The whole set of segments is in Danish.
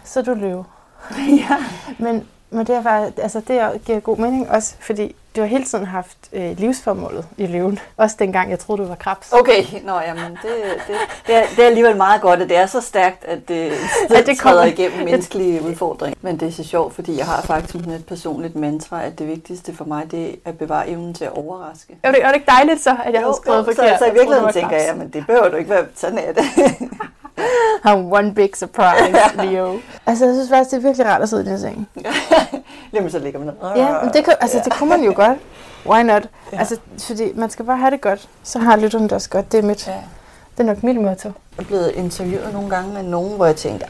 så er du løve. Ja. Men det er faktisk, altså det giver god mening også, fordi du har hele tiden haft livsformålet i løven. Også dengang, jeg troede, du var krebs. Okay, jamen det er alligevel meget godt, at det er så stærkt, at det træder igennem menneskelige udfordringer. Men det er så sjovt, fordi jeg har faktisk sådan et personligt mantra, at det vigtigste for mig, det er at bevare evnen til at overraske. Er det ikke dejligt så, at jeg har skrevet forkert? Så i virkeligheden tænker jeg, men det behøver du ikke være, sådan er det. I'm one big surprise, Leo. Altså, jeg synes faktisk, det er virkelig rart at sidde i den seng. Jamen, så ligger man ned. Ja, men det kunne man jo godt. Why not? Ja. Altså, fordi man skal bare have det godt. Så har lytterne det også godt. Det er nok mit motto. Jeg er blevet interviewet nogle gange af nogen, hvor jeg tænkte,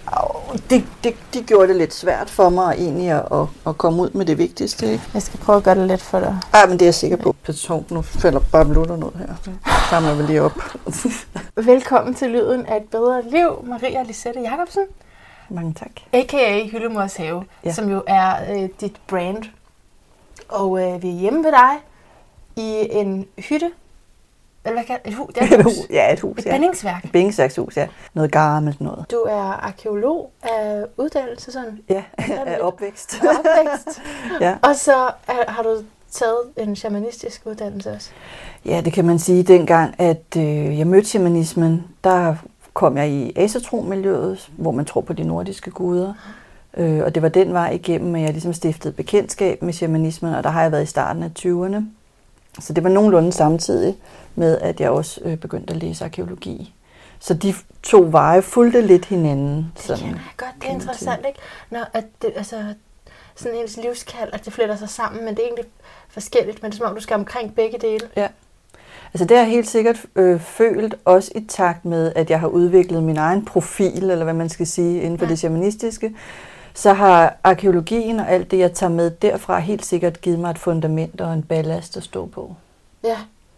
de gjorde det lidt svært for mig egentlig at komme ud med det vigtigste. Ikke? Jeg skal prøve at gøre det let for dig. Ja, men det er jeg sikker på. Nu falder bare blutter ned her. Så tager man lige op. Velkommen til Lyden af et bedre liv, Maria Lisette Jacobsen. Mange tak. A.k.a. Hyllemors Have, som jo er dit brand. Og vi er hjemme ved dig i en hytte. Eller hvad kan det? Et hus? Det er et hus. Ja, et hus. Et bindingsværk. Et bindingsværkshus, ja. Noget gammelt noget. Du er arkæolog af uddannelse, sådan? Ja, af opvækst. Ja. Og så har du taget en shamanistisk uddannelse også? Ja, det kan man sige. Dengang, at jeg mødte shamanismen, der kom jeg i asatro-miljøet, hvor man tror på de nordiske guder. Og det var den vej igennem, at jeg ligesom stiftede bekendtskab med shamanismen, og der har jeg været i starten af 20'erne. Så det var nogenlunde samtidig med, at jeg også begyndte at læse arkæologi. Så de to veje fulgte lidt hinanden. Det kender jeg godt. Det er interessant, ikke? Når at det, altså, sådan ens livskald, at det fletter sig sammen, men det er egentlig forskelligt, men det er som om, du skal omkring begge dele. Ja. Altså det har jeg helt sikkert følt, også i takt med, at jeg har udviklet min egen profil, eller hvad man skal sige, inden for det shamanistiske. Så har arkæologien og alt det, jeg tager med derfra, helt sikkert givet mig et fundament og en ballast at stå på. Ja.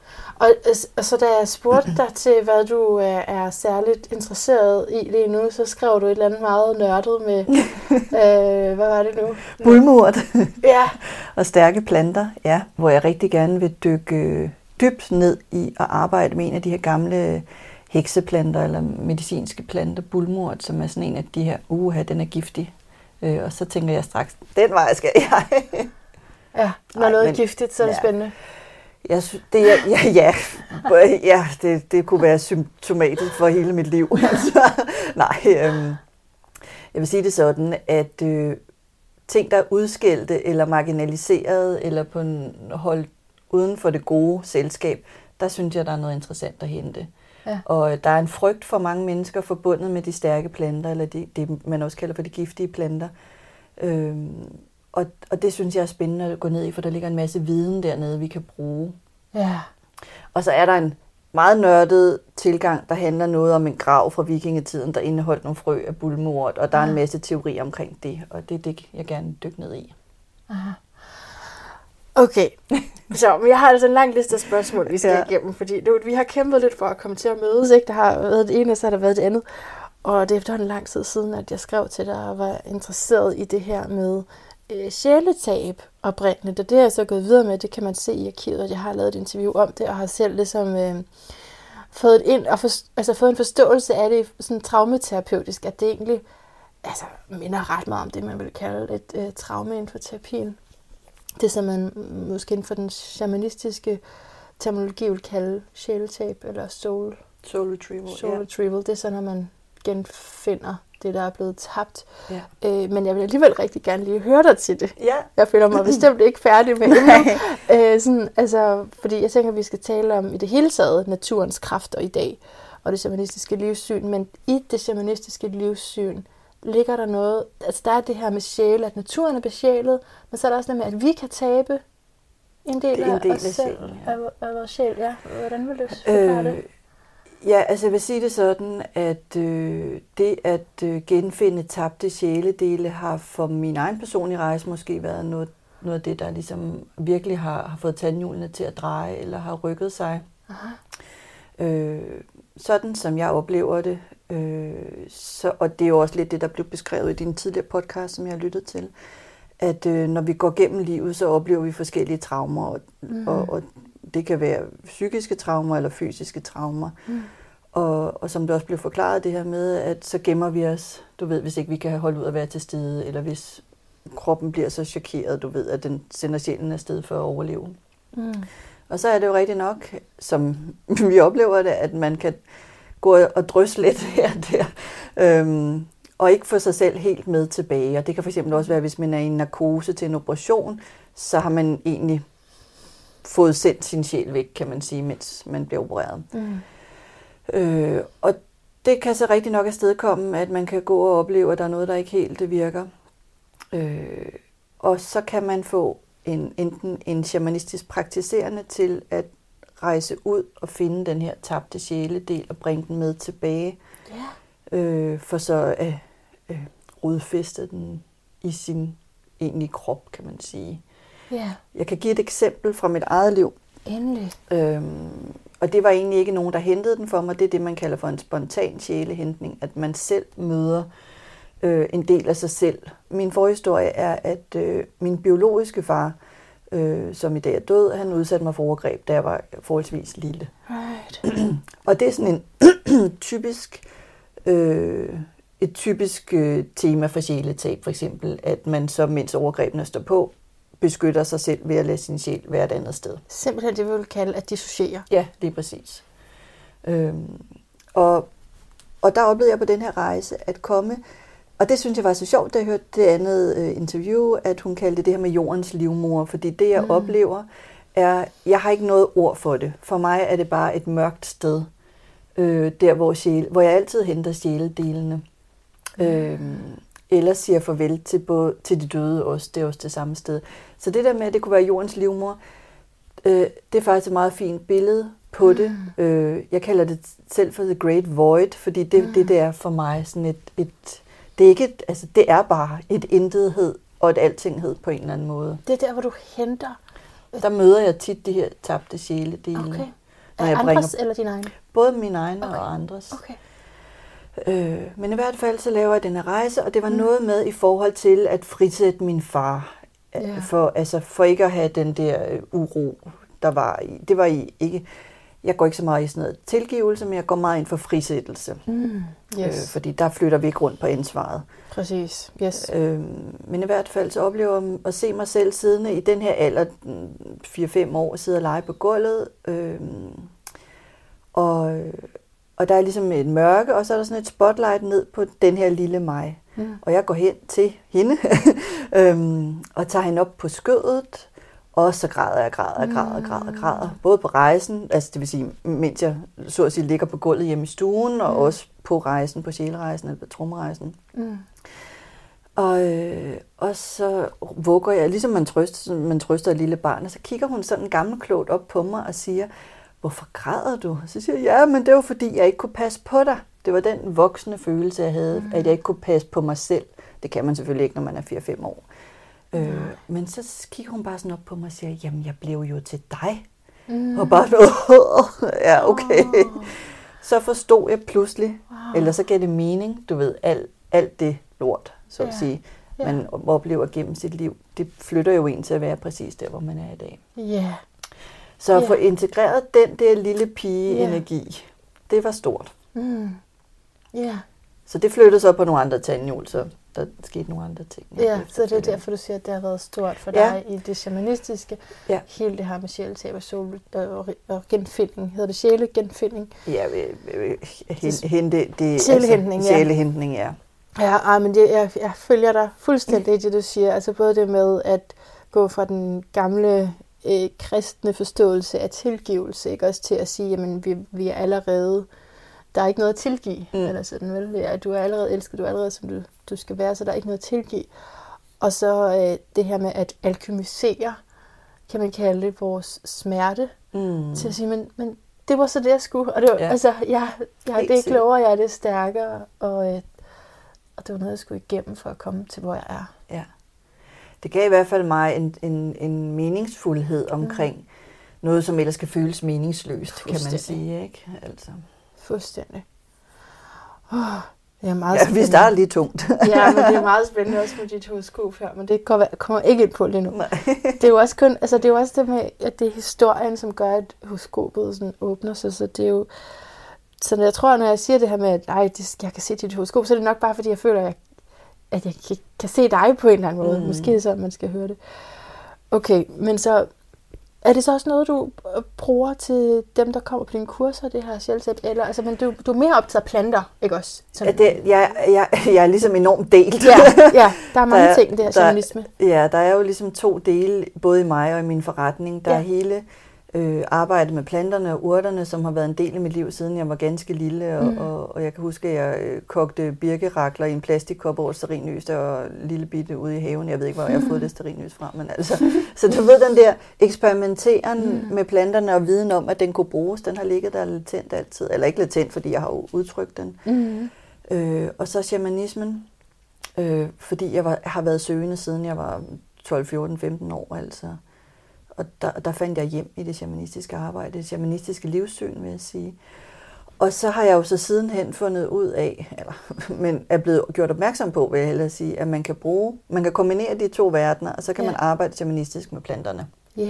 Og så da jeg spurgte dig til, hvad du er særligt interesseret i lige nu, så skrev du et eller andet meget nørdet med, hvad var det nu? Bulmurt. Ja. Og stærke planter, ja. Hvor jeg rigtig gerne vil dykke dybt ned i at arbejde med en af de her gamle hekseplanter eller medicinske planter, bulmurt, som er sådan en af de her, den er giftig. Og så tænker jeg straks, den vej skal jeg. Ja, når noget er giftigt, så er det spændende. Jeg synes, det kunne være symptomatisk for hele mit liv. Jeg vil sige det sådan, at ting, der er udskældte eller marginaliseret eller på en hold uden for det gode selskab, der synes jeg, der er noget interessant at hente. Ja. Og der er en frygt for mange mennesker forbundet med de stærke planter, eller det man også kalder for de giftige planter. Og det synes jeg er spændende at gå ned i, for der ligger en masse viden dernede, vi kan bruge. Ja. Og så er der en meget nørdet tilgang, der handler noget om en grav fra vikingetiden, der indeholdt nogle frø af bulmurt, og der er en masse teori omkring det, og det er det, jeg gerne dykker ned i. Aha. Okay, så jeg har altså en lang liste af spørgsmål, vi skal igennem, fordi vi har kæmpet lidt for at komme til at mødes, ikke? Der har været det ene, og så har der været det andet. Og det er efterhånden lang tid siden, at jeg skrev til dig og var interesseret i det her med sjæletab oprindeligt. Og det er jeg så gået videre med, det kan man se i arkivet, at jeg har lavet et interview om det, og har selv ligesom fået ind og fået en forståelse af det sådan traumeterapeutisk, at det egentlig minder ret meget om det, man vil kalde et traume inden for terapien. Det, som man måske inden for den shamanistiske terminologi vil kalde sjæletab eller soul retrieval. Det er så, når man genfinder det, der er blevet tabt. Ja. Men jeg vil alligevel rigtig gerne lige høre dig til det. Ja. Jeg føler mig bestemt ikke færdig med det. Fordi jeg tænker, at vi skal tale om i det hele taget naturens kræfter i dag og det shamanistiske livssyn. Men i det shamanistiske livssyn ligger der noget, altså der er det her med sjæle, at naturen er besjælet, men så er der også noget med, at vi kan tabe en del af os selv, af vores sjæl. Ja, hvordan vil du forklare det? Ja, altså jeg vil sige det sådan, at det at genfinde tabte sjæledele har for min egen personlige rejse måske været noget af det, der ligesom virkelig har fået tandhjulene til at dreje, eller har rykket sig. Sådan som jeg oplever det, og det er jo også lidt det, der blev beskrevet i din tidligere podcast, som jeg har lyttet til, at når vi går gennem livet, så oplever vi forskellige traumer, og det kan være psykiske traumer eller fysiske traumer. Og som det også blev forklaret, det her med, at så gemmer vi os, du ved, hvis ikke vi kan holde ud at være til stede, eller hvis kroppen bliver så chokeret, du ved, at den sender sjælen afsted for at overleve. Mm. Og så er det jo rigtigt nok, som vi oplever det, at man kan gå og drysse lidt her og der, og ikke få sig selv helt med tilbage. Og det kan fx også være, hvis man er i en narkose til en operation, så har man egentlig fået sendt sin sjæl væk, kan man sige, mens man bliver opereret. Mm. Og det kan så rigtig nok afstedkomme, at man kan gå og opleve, at der er noget, der ikke helt virker. Og så kan man få enten en shamanistisk praktiserende til at rejse ud og finde den her tabte sjæledel og bringe den med tilbage. Yeah. For så at rodfæste den i sin egentlige krop, kan man sige. Yeah. Jeg kan give et eksempel fra mit eget liv. Endelig. Og det var egentlig ikke nogen, der hentede den for mig. Det er det, man kalder for en spontan sjælehentning. At man selv møder en del af sig selv. Min forhistorie er, at min biologiske far, som i dag er død, han udsatte mig for overgreb, da jeg var forholdsvis lille. Right. Og det er sådan en typisk tema for sjæletab, for eksempel, at man så, mens overgrebene står på, beskytter sig selv ved at lade sin sjæl være et andet sted. Simpelthen det, vi vil kalde at dissociere. Ja, lige præcis. Og der oplevede jeg på den her rejse at komme, og det synes jeg var så sjovt, da jeg hørte det andet interview, at hun kaldte det her med jordens livmor, fordi det jeg oplever er, jeg har ikke noget ord for det. For mig er det bare et mørkt sted, der hvor jeg altid henter sjæledelene. Eller siger farvel til de døde også, det er også det samme sted. Så det der med, at det kunne være jordens livmor, det er faktisk et meget fint billede på det. Jeg kalder det selv for The Great Void, fordi det er for mig sådan det er ikke det er bare et intethed og et altinghed på en eller anden måde. Det er der, hvor du henter. Der møder jeg tit de her tabte sjæledele. Okay. Er andres eller din egen? Både mine egne og andres. Okay. Men i hvert fald så laver jeg den her rejse, og det var noget med i forhold til at frisætte min far. For ikke at have den der uro, der var i. Det var ikke. Jeg går ikke så meget i sådan noget tilgivelse, men jeg går meget ind for frisættelse. Yes. Fordi der flytter vi ikke rundt på ansvaret. Præcis, yes. Men i hvert fald så oplever jeg at se mig selv siddende i den her alder, 4-5 år, sidde og lege på gulvet. Og der er ligesom et mørke, og så er der sådan et spotlight ned på den her lille mig. Og jeg går hen til hende, og tager hende op på skødet, og så græder jeg. Både på rejsen, altså det vil sige, mens jeg så at sige ligger på gulvet hjemme i stuen, og også på rejsen, på sjælerejsen eller på trommerejsen. Og så vugger jeg, ligesom man trøster et lille barn, og så kigger hun sådan gammelklogt op på mig og siger, hvorfor græder du? Så siger jeg, ja, men det var fordi, jeg ikke kunne passe på dig. Det var den voksne følelse, jeg havde, at jeg ikke kunne passe på mig selv. Det kan man selvfølgelig ikke, når man er 4-5 år. Men så kigger hun bare sådan op på mig og siger, jamen, jeg blev jo til dig. Og bare noget, ja, okay. Så forstod jeg pludselig, eller så gav det mening, du ved, alt det lort, så at sige, man oplever gennem sit liv. Det flytter jo en til at være præcis der, hvor man er i dag. Ja. Så at få integreret den der lille pige-energi, det var stort. Så det flyttede så på nogle andre tandhjul, så der skete nogle andre ting. Ja, så det er derfor, du siger, at det har været stort for dig i det shamanistiske. Ja. Hele det her med sjæletab og genfinding. Hedder det sjælegenfinding? Ja, sjælehentning, sjælehentning, ja. Ja, men jeg følger dig fuldstændig i det, du siger. Altså både det med at gå fra den gamle kristne forståelse af tilgivelse, ikke også til at sige, jamen vi er allerede, der er ikke noget at tilgive, eller sådan, vel? Ja, du er allerede elsket, du er allerede som du skal være, så der er ikke noget at tilgive. Og så det her med at alkymisere, kan man kalde det, vores smerte, til at sige, men det var så det, jeg skulle, og det var, altså, jeg det er klogere, jeg er det stærkere, og det var noget, jeg skulle igennem for at komme til, hvor jeg er. Ja. Det gav i hvert fald mig en meningsfuldhed omkring noget, som ellers kan føles meningsløst, kan man sige, ikke? Altså. Fuldstændig. Det er meget spændende. Vi starter lige tungt. Ja, men det er meget spændende også med dit horoskop her, men det kommer ikke ind på lige nu. Det er jo også det er jo også det med, at det er historien, som gør, at horoskopet sådan åbner sig, så det er Så jeg tror, når jeg siger det her med, at jeg kan se dit horoskop, så er det nok bare, fordi jeg føler, at jeg kan se dig på en eller anden måde. Måske så, man skal høre det. Okay, men så er det så også noget, du bruger til dem, der kommer på dine kurser, det her sjælsæt? Eller, altså, men du er mere optaget af planter, ikke også? Jeg er ligesom enormt delt. Ja, der er mange ting, det her shamanisme. Ja, der er jo ligesom 2 dele, både i mig og i min forretning. Der er hele arbejdet med planterne og urterne, som har været en del af mit liv, siden jeg var ganske lille. Og jeg kan huske, at jeg kogte birkerakler i en plastikkop over stearinlys, der var lille bitte ude i haven. Jeg ved ikke, hvor jeg har fået det stearinlys fra, men altså. Så du ved, den der eksperimenteren med planterne og viden om, at den kunne bruges, den har ligget der latent altid. Eller ikke latent, fordi jeg har jo udtrykt den. Og så shamanismen, fordi jeg har været søgende, siden jeg var 12, 14, 15 år, altså. Og der fandt jeg hjem i det shamanistiske arbejde, det shamanistiske livssyn, vil jeg sige. Og så har jeg jo så sidenhen fundet ud af, men er blevet gjort opmærksom på, vil jeg hellere sige, at man kan kombinere de 2 verdener, og så kan man arbejde shamanistisk med planterne.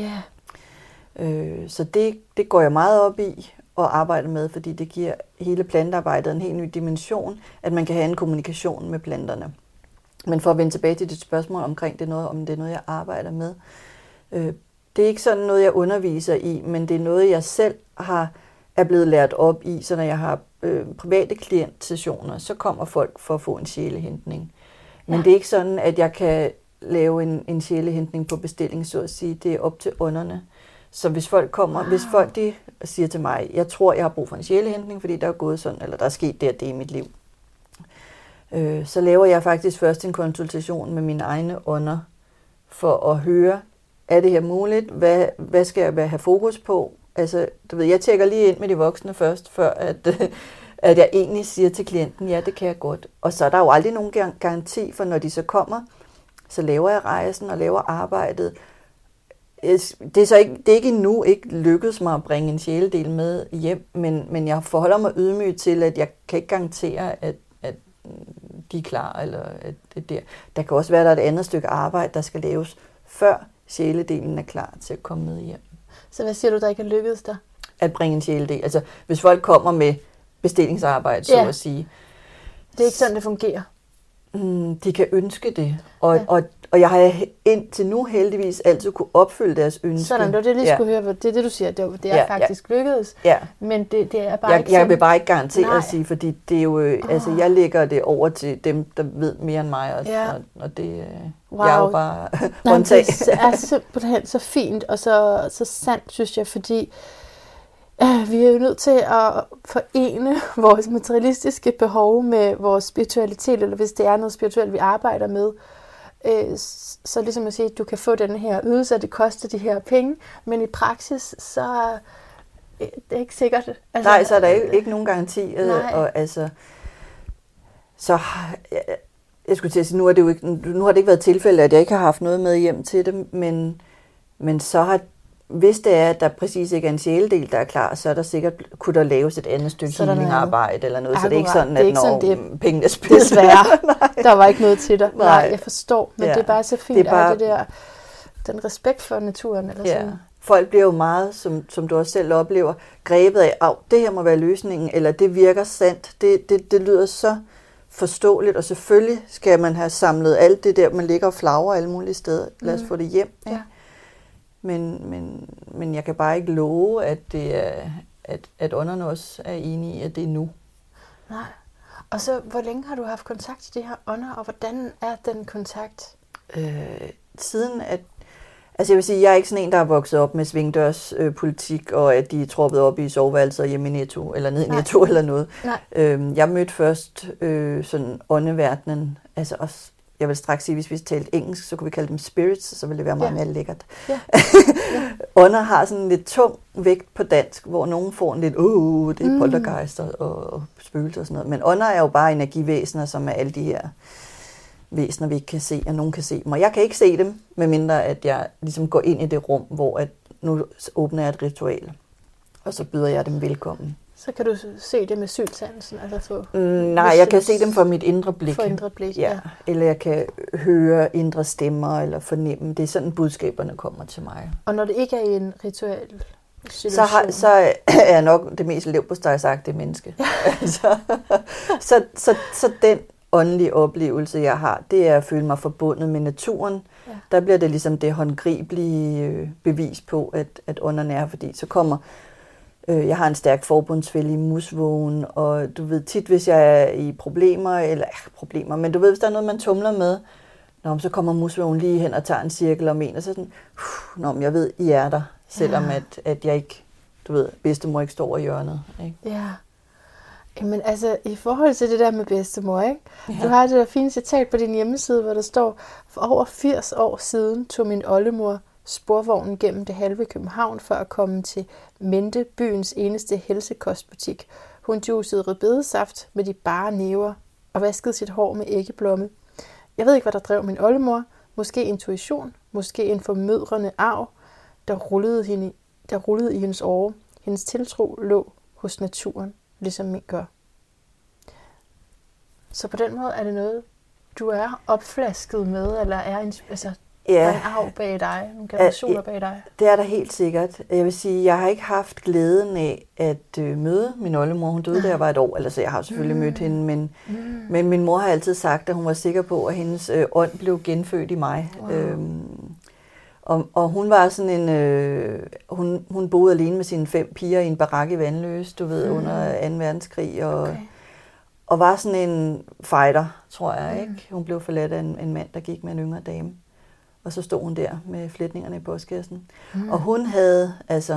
Så det går jeg meget op i at arbejde med, fordi det giver hele plantearbejdet en helt ny dimension, at man kan have en kommunikation med planterne. Men for at vende tilbage til dit spørgsmål omkring det noget, om det er noget, jeg arbejder med, det er ikke sådan noget, jeg underviser i, men det er noget, jeg selv er blevet lært op i. Så når jeg har private klientsessioner, så kommer folk for at få en sjælehentning. Men det er ikke sådan, at jeg kan lave en sjælehentning på bestilling, så at sige. Det er op til ånderne. Så hvis folk kommer, hvis folk de siger til mig, jeg tror, jeg har brug for en sjælehentning, fordi der er gået sådan, eller der er sket det i mit liv, så laver jeg faktisk først en konsultation med mine egne ånder, for at høre, er det her muligt? Hvad skal jeg have fokus på? Altså, du ved, jeg tjekker lige ind med de voksne først, før at jeg egentlig siger til klienten, ja, det kan jeg godt. Og så er der jo aldrig nogen garanti, for når de så kommer, så laver jeg rejsen og laver arbejdet. Det er ikke endnu ikke lykkedes mig at bringe en sjæledel med hjem, men jeg forholder mig ydmygt til, at jeg kan ikke garantere, at de er klar, eller at det der. Der kan også være, at der er et andet stykke arbejde, der skal laves, før sjæledelen er klar til at komme med hjem. Så hvad siger du, der ikke er lykkedes der? At bringe en sjæledel. Altså, hvis folk kommer med bestillingsarbejde, så at sige. Det er ikke sådan, det fungerer. De kan ønske det. Og jeg har indtil nu heldigvis altid kunne opfylde deres ønske. Sådan, det var det, jeg skulle høre. Det er det, du siger. Det er faktisk lykkedes. Ja. Men det er bare ikke sådan. Jeg vil bare ikke garantere at sige, fordi det er jo, altså, jeg lægger det over til dem, der ved mere end mig. Og det jeg er jo bare undtag. Det er simpelthen så fint og så sandt, synes jeg, fordi vi er jo nødt til at forene vores materialistiske behov med vores spiritualitet, eller hvis det er noget spirituelt, vi arbejder med. Så ligesom at sige, at du kan få den her ydelse, og det koster de her penge, men i praksis, så det er ikke sikkert. Altså, nej, så er der ikke nogen garanti. Og altså, så jeg skulle til at sige, nu har det ikke været tilfælde, at jeg ikke har haft noget med hjem til det, men så har, hvis det er, at der præcis ikke er en sjæledel, der er klar, så er der sikkert, kunne der laves et andet stykke healingarbejde eller noget, så det er ikke sådan, at når pengene spiller. Desværre, der var ikke noget til dig. Nej, jeg forstår, men det er bare så fint, det bare, at det der, den respekt for naturen. Eller sådan. Folk bliver jo meget, som du også selv oplever, grebet af, det her må være løsningen, eller det virker sandt, det lyder så forståeligt, og selvfølgelig skal man have samlet alt det der, man ligger og flagrer alle mulige steder. Lad os få det hjem. Ja. Men jeg kan bare ikke love, at det er, at ånderne også er enige i, at det er nu. Nej. Og så, hvor længe har du haft kontakt til de her ånder, og hvordan er den kontakt? Siden at, altså jeg vil sige, jeg er ikke sådan en, der er vokset op med svingdørspolitik, og at de er troppet op i soveværelser hjemme i Netto, eller ned i Netto eller noget. Jeg mødte først sådan åndeverdenen, altså også. Jeg vil straks sige, hvis vi talte engelsk, så kunne vi kalde dem spirits, så ville det være meget mere lækkert. Ja. Ånder har sådan en lidt tung vægt på dansk, hvor nogen får en lidt, det er poltergeister og spøgelser og sådan noget. Men ånder er jo bare energivæsener, som er alle de her væsener, vi ikke kan se, og nogen kan se dem. Og jeg kan ikke se dem, medmindre at jeg ligesom går ind i det rum, hvor at nu åbner jeg et ritual, og så byder jeg dem velkommen. Så kan du se det med synsansen? Altså nej, jeg kan se dem fra mit indre blik. For indre blik, ja. Eller jeg kan høre indre stemmer eller fornemme. Det er sådan, budskaberne kommer til mig. Og når det ikke er i en rituel situation. Så er jeg nok det mest leverpostejsagtige menneske. så den åndelige oplevelse, jeg har, det er at føle mig forbundet med naturen. Ja. Der bliver det ligesom det håndgribelige bevis på, at ånden er, fordi så kommer... Jeg har en stærk forbundsfælde i musvågen, og du ved tit, hvis jeg er i problemer, men du ved, hvis der er noget, man tumler med, så kommer musvågen lige hen og tager en cirkel om en, og så sådan, jeg ved, I er der, selvom at jeg ikke, du ved, bedstemor ikke står over hjørnet. Ikke? Ja. Men altså, i forhold til det der med bedstemor, ikke? Ja. Du har det der fine citat på din hjemmeside, hvor der står, for over 80 år siden tog min oldemor sporvognen gennem det halve København for at komme til Mente, byens eneste helsekostbutik. Hun juicede rødbedesaft med de bare næver og vaskede sit hår med æggeblomme. Jeg ved ikke, hvad der drev min oldemor. Måske intuition, måske en formødrende arv, der rullede i hendes åre. Hendes tiltro lå hos naturen, ligesom min gør. Så på den måde er det noget, du er opflasket med, eller er en arv bag dig, nogle generationer bag dig? Det er der helt sikkert. Jeg vil sige, jeg har ikke haft glæden af at møde min oldemor. Hun døde, da jeg var et år. Altså, jeg har selvfølgelig mødt hende, men min mor har altid sagt, at hun var sikker på, at hendes ånd blev genfødt i mig. Wow. Og hun var sådan en... hun boede alene med sine 5 piger i en barak i Vandløse, du ved, under 2. verdenskrig. Og var sådan en fighter, tror jeg, ikke? Hun blev forladt af en mand, der gik med en yngre dame. Og så stod hun der med flætningerne i postkassen. Og hun havde,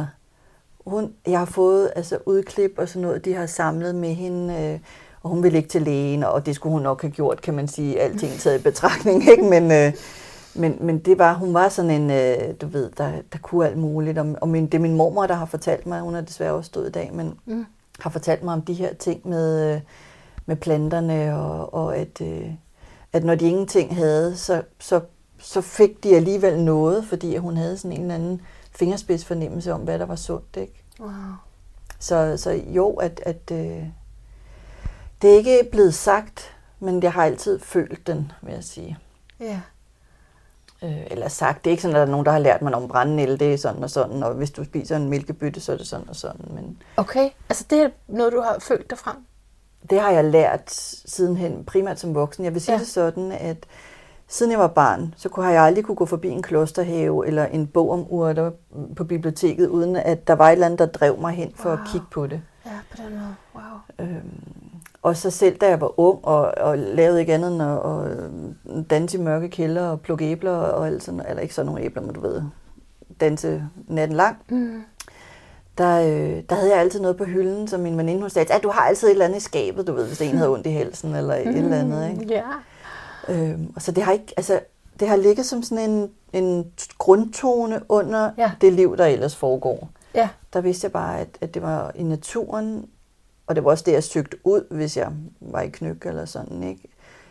jeg har fået udklip og sådan noget, de har samlet med hende, og hun ville ikke til lægen, og det skulle hun nok have gjort, kan man sige, alting taget i betragtning, ikke? Men det var, hun var sådan en, du ved, der kunne alt muligt, og det er min mormor, der har fortalt mig, hun er desværre også stået i dag, men har fortalt mig om de her ting med planterne, og at når de ingenting havde, så fik de alligevel noget, fordi hun havde sådan en eller anden fingerspidsfornemmelse om, hvad der var sundt, ikke? Wow. Så jo, at det er ikke blevet sagt, men jeg har altid følt den, vil jeg sige. Ja. Eller sagt, det er ikke sådan, at der er nogen, der har lært mig om brændenælde, det er sådan og sådan, og hvis du spiser en mælkebytte, så er det sådan og sådan. Men okay, altså det er noget, du har følt dig frem? Det har jeg lært sidenhen, primært som voksen. Jeg vil sige det sådan, at siden jeg var barn, så har jeg aldrig kunne gå forbi en klosterhave eller en bog om urter på biblioteket, uden at der var et eller andet, der drev mig hen for at kigge på det. Ja, på den måde. Wow. Og så selv, da jeg var ung og lavede ikke andet end at danse i mørke kælder og plukke æbler og alt sådan, eller ikke sådan nogle æbler, men du ved, danse natten lang. Der havde jeg altid noget på hylden, som min veninde, hun sagde, at du har altid et eller andet i skabet, du ved, hvis en havde ondt i halsen eller et eller andet, ikke? Ja. Og så det har ikke, det har ligget som sådan en grundtone under det liv, der ellers foregår. Ja. Der vidste jeg bare, at det var i naturen, og det var også det, jeg søgte ud, hvis jeg var i knyk eller sådan, ikke?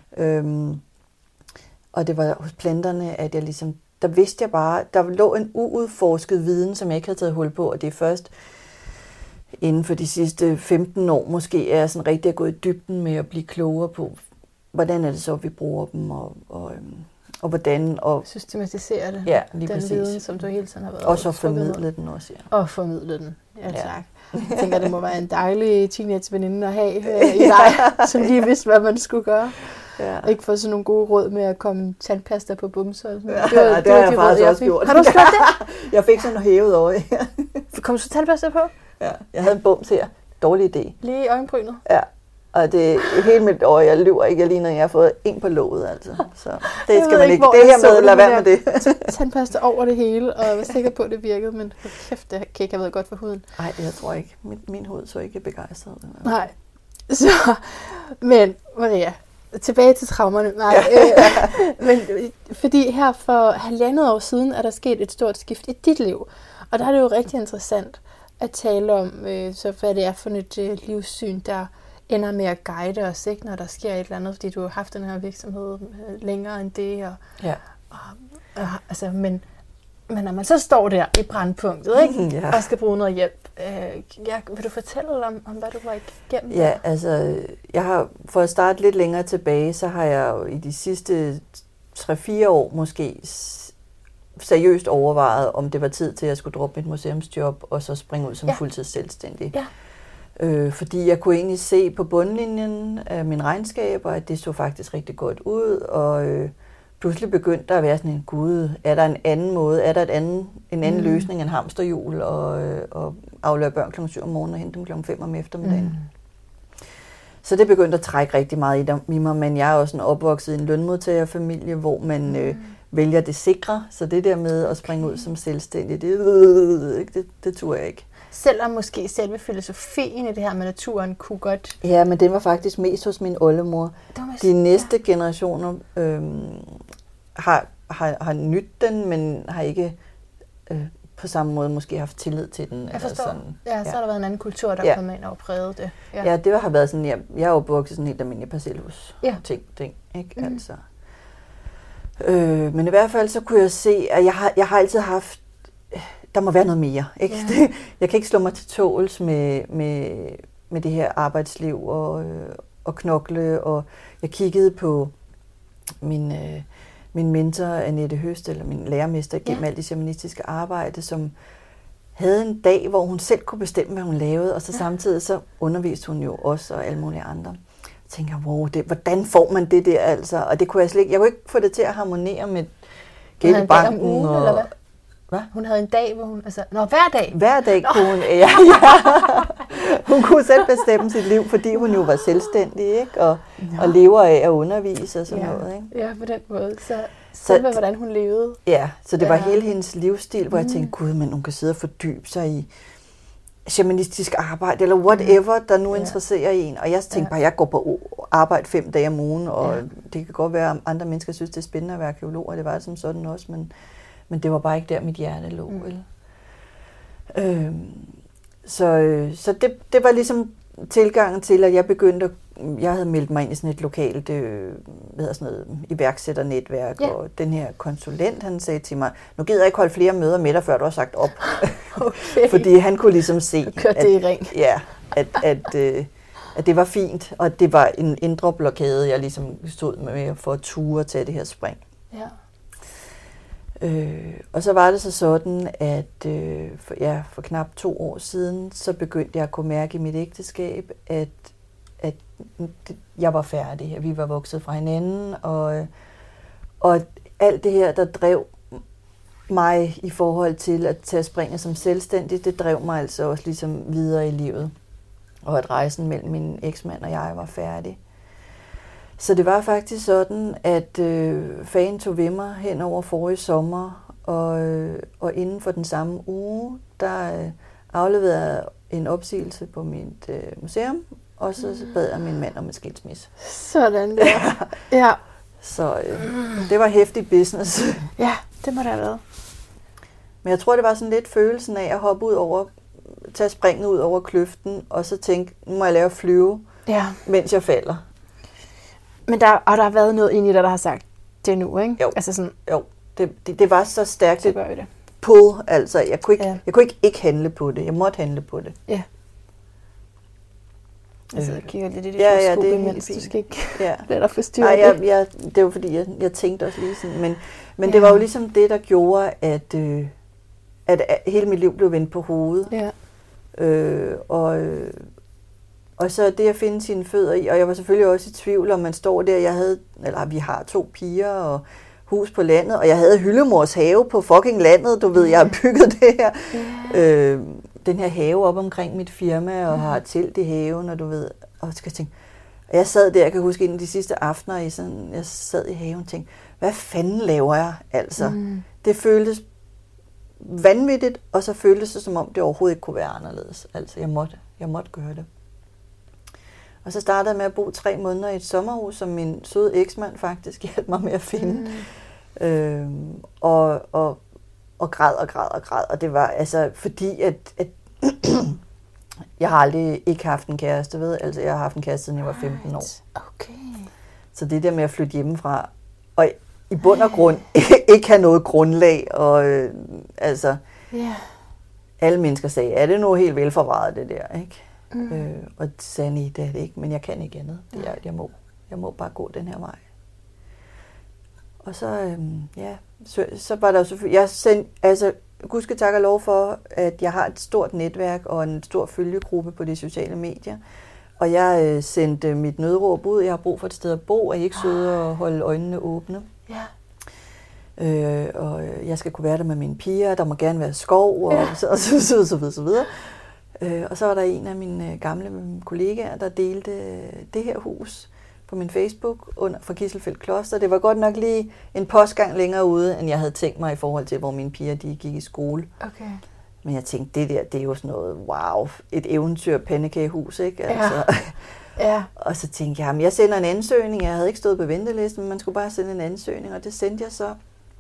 Og det var hos planterne, at jeg ligesom, der vidste jeg bare, der lå en uudforsket viden, som jeg ikke havde taget hul på, og det er først inden for de sidste 15 år, måske er jeg sådan rigtig gået i dybden med at blive klogere på, hvordan er det så, vi bruger dem, og hvordan... Og systematisere det. Ja, lige den præcis. Viden, som du hele tiden har været. Og så formidle den også, ja. Og formidle den, ja tak. Jeg tænker, det må være en dejlig teenageveninde at have i dig, som lige vidste, hvad man skulle gøre. Ja. Ikke få sådan nogle gode råd med at komme tandpasta på bumser. Ja, det har jeg faktisk også gjort. Har du gjort det? Jeg fik sådan noget hævet over. Kom så tandpasta på? Ja, jeg havde en bums her. Dårlig idé. Lige i øjenbrynet? Ja. Og det er helt mit øje, jeg lyver ikke, jeg ligner, jeg har fået en på låget, altså. Så det skal man ikke. Det her med, lad være med det. Tandpasta over det hele, og jeg var sikker på, at det virkede, men kæft, det kan ikke have været godt for huden. Nej, det tror jeg ikke. Min hud så ikke begejstret. Nej. Så, men Maria, tilbage til traumerne. Nej, men fordi her for 1,5 år siden er der sket et stort skift i dit liv, og der er det jo rigtig interessant at tale om, så hvad det er for et livssyn, der ender med at guide os, ikke, når der sker et eller andet, fordi du har haft den her virksomhed længere end det. Men når man så står der i brandpunktet, ikke, og skal bruge noget hjælp, vil du fortælle om hvad du var igennem? Ja, altså, jeg har, for at starte lidt længere tilbage, så har jeg jo i de sidste 3-4 år måske seriøst overvejet, om det var tid til, at jeg skulle droppe mit museumsjob, og så springe ud som fuldtids selvstændig. Ja. Fordi jeg kunne egentlig se på bundlinjen af mine regnskaber, at det så faktisk rigtig godt ud, og pludselig begyndte der at være sådan en, gud, er der en anden måde, er der en anden løsning end hamsterhjul, og aflevere børn kl. 7 om morgenen og hente dem kl. 5 om eftermiddagen. Så det begyndte at trække rigtig meget i mig, men jeg er også opvokset i en lønmodtagerfamilie, hvor man vælger det sikre, så det der med at springe ud som selvstændig, det turde jeg ikke. Selvom måske selve filosofien i det her med naturen kunne godt... Ja, men det var faktisk mest hos min oldemor. De næste generationer har nydt den, men har ikke på samme måde måske haft tillid til den. Jeg forstår. Sådan. Så har der været en anden kultur, der er kommet ind og præget det. Ja, det har været sådan, jeg er opvokset sådan helt almindelig parcelhus. Ting, ikke? Altså. Men i hvert fald så kunne jeg se, at jeg har altid haft, der må være noget mere. Ikke? Ja. Jeg kan ikke slå mig til tåls med det her arbejdsliv og knokle, og jeg kiggede på min mentor, Annette Høst, eller min lærermester gennem alt det shamanistiske arbejde, som havde en dag, hvor hun selv kunne bestemme, hvad hun lavede, og så samtidig så underviste hun jo også og alle mulige andre. Jeg tænker, wow, hvordan får man det der altså? Og det kunne jeg slet ikke, jeg kunne ikke få det til at harmonere med gældebanken. Eller hvad? Hvad? Hun havde en dag, hvor hun... hver dag? Hver dag kunne hun... Ja. Hun kunne selv bestemme sit liv, fordi hun jo var selvstændig, ikke? Og lever af at undervise og sådan noget, ikke? Ja, på den måde. Så hvordan hun levede. Ja, så det var hele hendes livsstil, hvor jeg tænkte, gud, men hun kan sidde og fordybe sig i shamanistisk arbejde, eller whatever, der nu interesserer en. Og jeg tænkte bare, jeg går på arbejde 5 dage om ugen, og det kan godt være, at andre mennesker synes, det er spændende at være arkeolog, og det var det som sådan også, men det var bare ikke der, mit hjerte lå. Så det var ligesom tilgangen til, at jeg begyndte jeg havde meldt mig ind i sådan et lokalt iværksætternetværk, og den her konsulent, han sagde til mig, nu gider jeg ikke holde flere møder med dig, før du har sagt op. Okay. Fordi han kunne ligesom se, at det var fint, og at det var en indre blokade, jeg ligesom stod med for at ture til det her spring. Ja. Og så var det så sådan, at for knap 2 år siden, så begyndte jeg at kunne mærke i mit ægteskab, at jeg var færdig, at vi var vokset fra hinanden, og alt det her, der drev mig i forhold til at tage springet som selvstændig, det drev mig altså også ligesom videre i livet, og at rejsen mellem min eksmand og jeg var færdig. Så det var faktisk sådan, at fagen tog ved mig hen over forrige sommer, og inden for den samme uge, der afleverede jeg en opsigelse på mit museum, og så bad jeg min mand om en skilsmisse. Sådan der. Ja. Så det var heftig business. Ja, det må det have været. Men jeg tror, det var sådan lidt følelsen af at hoppe ud over, tage springet ud over kløften, og så tænke, nu må jeg lave flyve, mens jeg falder. Men der har været noget inde i dig, der har sagt, det er nu, ikke? Jo, altså sådan, det var så stærkt det pull, altså. Jeg kunne ikke handle på det. Jeg måtte handle på det. Ja. Altså, jeg kigger lidt i det horoskop, imens du skal ikke lade dig forstyrre det. Det var fordi, jeg tænkte også lige sådan. Men det var jo ligesom det, der gjorde, at hele mit liv blev vendt på hovedet. Ja. Og så det at finde sine fødder i, og jeg var selvfølgelig også i tvivl, om man står der, vi har 2 piger og hus på landet, og jeg havde hyldemors have på fucking landet, du ved, jeg har bygget det her, den her have op omkring mit firma, og har telt i haven, og du ved, og skal tænke, og jeg sad der, jeg kan huske en af de sidste aftener, jeg sad i haven og tænkte, hvad fanden laver jeg, altså? Det føltes vanvittigt, og så føltes det, som om det overhovedet ikke kunne være anderledes, altså jeg måtte gøre det. Og så startede jeg med at bo 3 måneder i et sommerhus, som min søde eksmand faktisk hjalp mig med at finde. Og græd. Og det var altså fordi, at jeg har aldrig ikke haft en kæreste, ved. Altså jeg har haft en kæreste, siden jeg var 15 år. Okay. Så det der med at flytte hjemmefra, og i bund og grund ikke have noget grundlag, og alle mennesker sagde, er det nu helt velforvaret det der, ikke? Og det sagde nej, det er det ikke, men jeg kan ikke andet. Jeg må bare gå den her vej. Og så, så var der jo selvfølgelig... Jeg sendte, gudske tak og lov for, at jeg har et stort netværk og en stor følgegruppe på de sociale medier. Og jeg sendte mit nødråb ud. Jeg har brug for et sted at bo, og I ikke søde og holde øjnene åbne. Ja. Og jeg skal kunne være der med mine piger. Der må gerne være skov og så videre. Og så var der en af mine gamle kollegaer, der delte det her hus på min Facebook fra Kisselfeldt Kloster. Det var godt nok lige en postgang længere ude, end jeg havde tænkt mig i forhold til, hvor mine piger de gik i skole. Okay. Men jeg tænkte, det er jo sådan noget, wow, et eventyr pandekagehus, ikke? Altså. Ja. Og så tænkte jeg, jeg sender en ansøgning. Jeg havde ikke stået på ventelisten, men man skulle bare sende en ansøgning, og det sendte jeg så.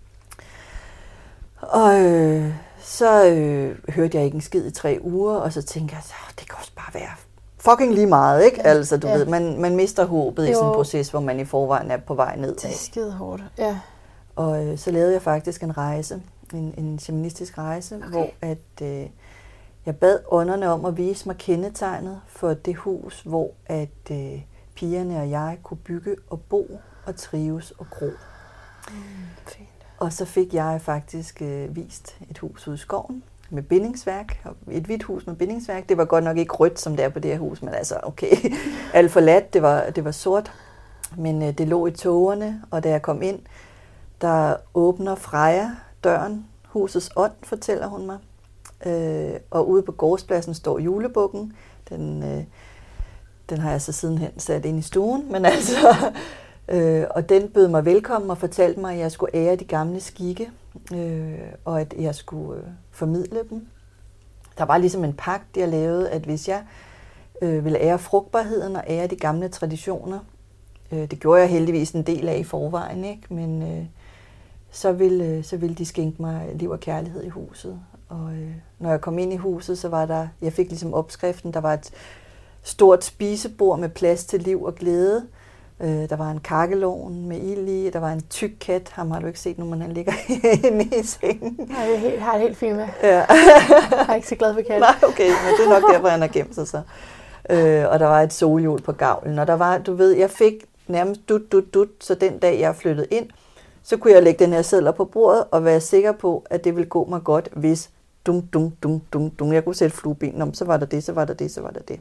Og så hørte jeg ikke en skid i 3 uger, og så tænkte jeg, det kan også bare være fucking lige meget, ikke? Ja, altså, du ved, man mister håbet i sådan en proces, hvor man i forvejen er på vej ned. Det er skide hårdt, ja. Og så lavede jeg faktisk en rejse, en shamanistisk rejse, hvor at jeg bad ånderne om at vise mig kendetegnet for det hus, hvor at pigerne og jeg kunne bygge og bo og trives og gro. Fint. Og så fik jeg faktisk vist et hus ude i skoven med bindingsværk. Et hvidt hus med bindingsværk. Det var godt nok ikke rødt, som det er på det her hus, men altså okay, alt for lat. Det var sort, men det lå i tågerne, og da jeg kom ind, der åbner Freja døren. Husets ånd, fortæller hun mig. Og ude på gårdspladsen står julebukken. Den har jeg så sidenhen sat ind i stuen, men altså... og den bød mig velkommen og fortalte mig, at jeg skulle ære de gamle skikke, og at jeg skulle formidle dem. Der var ligesom en pagt, jeg lavede, at hvis jeg ville ære frugtbarheden og ære de gamle traditioner, det gjorde jeg heldigvis en del af i forvejen, ikke? Men så ville de skænke mig liv og kærlighed i huset. Og når jeg kom ind i huset, så var der, jeg fik ligesom opskriften, der var et stort spisebord med plads til liv og glæde. Der var en kakkelovn med ild i, der var en tyk kat, ham har du ikke set nu, men han ligger inde i sengen. Nej, jeg har det helt fint med. Ja. Jeg er ikke så glad for kat. Nej, okay, men det er nok derfor, han har gemt sig så. Og der var et solhjul på gavlen, og der var, du ved, jeg fik nærmest dut, så den dag jeg flyttede ind, så kunne jeg lægge den her sedler på bordet og være sikker på, at det ville gå mig godt, hvis jeg kunne sætte flueben om, så var der det.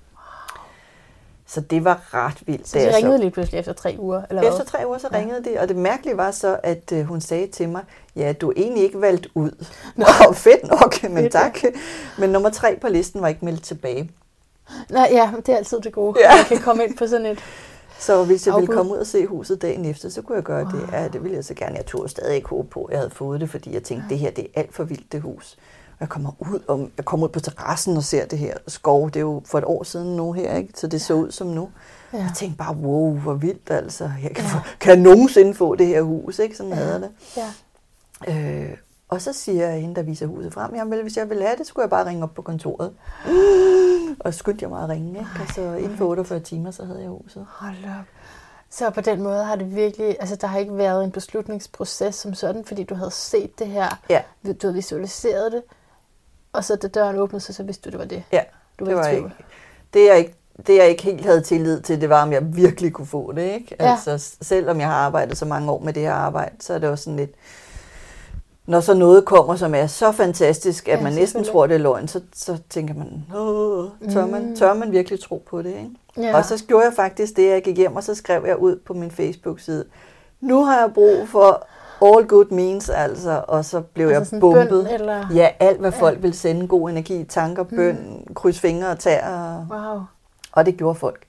Så det var ret vildt. Så de ringede lige pludselig efter 3 uger? Eller efter 3 uger, så ringede de, og det mærkelige var så, at hun sagde til mig, ja, du er egentlig ikke valgt ud. Wow, fedt nok, men tak. Men nummer 3 på listen var ikke meldt tilbage. Nej, ja, det er altid det gode. Ja. Man kan komme ind på sådan et... Så hvis jeg ville komme ud og se huset dagen efter, så kunne jeg gøre det. Ja, det ville jeg så gerne. Jeg turde stadig ikke håbe på, at jeg havde fået det, fordi jeg tænkte, det her det er alt for vildt, det hus. Jeg kommer ud på terrassen og ser det her skov. Det er jo for et år siden nu her, ikke? Så det så ud som nu. Ja. Jeg tænkte bare, wow, hvor vildt altså. Kan jeg nogensinde få det her hus, ikke? Sådan havde det. Ja. Og så siger hende, der viser huset frem, jamen hvis jeg ville have det, skulle jeg bare ringe op på kontoret. Og skyndte jeg mig at ringe, ikke? Og så inden for 48 timer, så havde jeg huset. Hold op. Så på den måde har det virkelig, altså der har ikke været en beslutningsproces som sådan, fordi du havde set det her, du havde visualiseret det, og så da døren åbnede sig, så vidste du, det var det. Ja, du det var ikke. Det jeg ikke helt havde tillid til, det var, om jeg virkelig kunne få det, ikke? Ja. Altså, selvom jeg har arbejdet så mange år med det her arbejde, så er det også sådan lidt, når så noget kommer, som er så fantastisk, at man næsten tror, det er løgn, så tænker man, tør man virkelig tro på det, ikke? Ja. Og så gjorde jeg faktisk det, jeg gik hjem, og så skrev jeg ud på min Facebook-side, nu har jeg brug for all good means, altså, og så blev jeg bumpet. Bøn, eller? Ja, alt hvad folk vil sende, god energi, tanker, bøn, kryds fingre og tæer. Wow. Og det gjorde folk.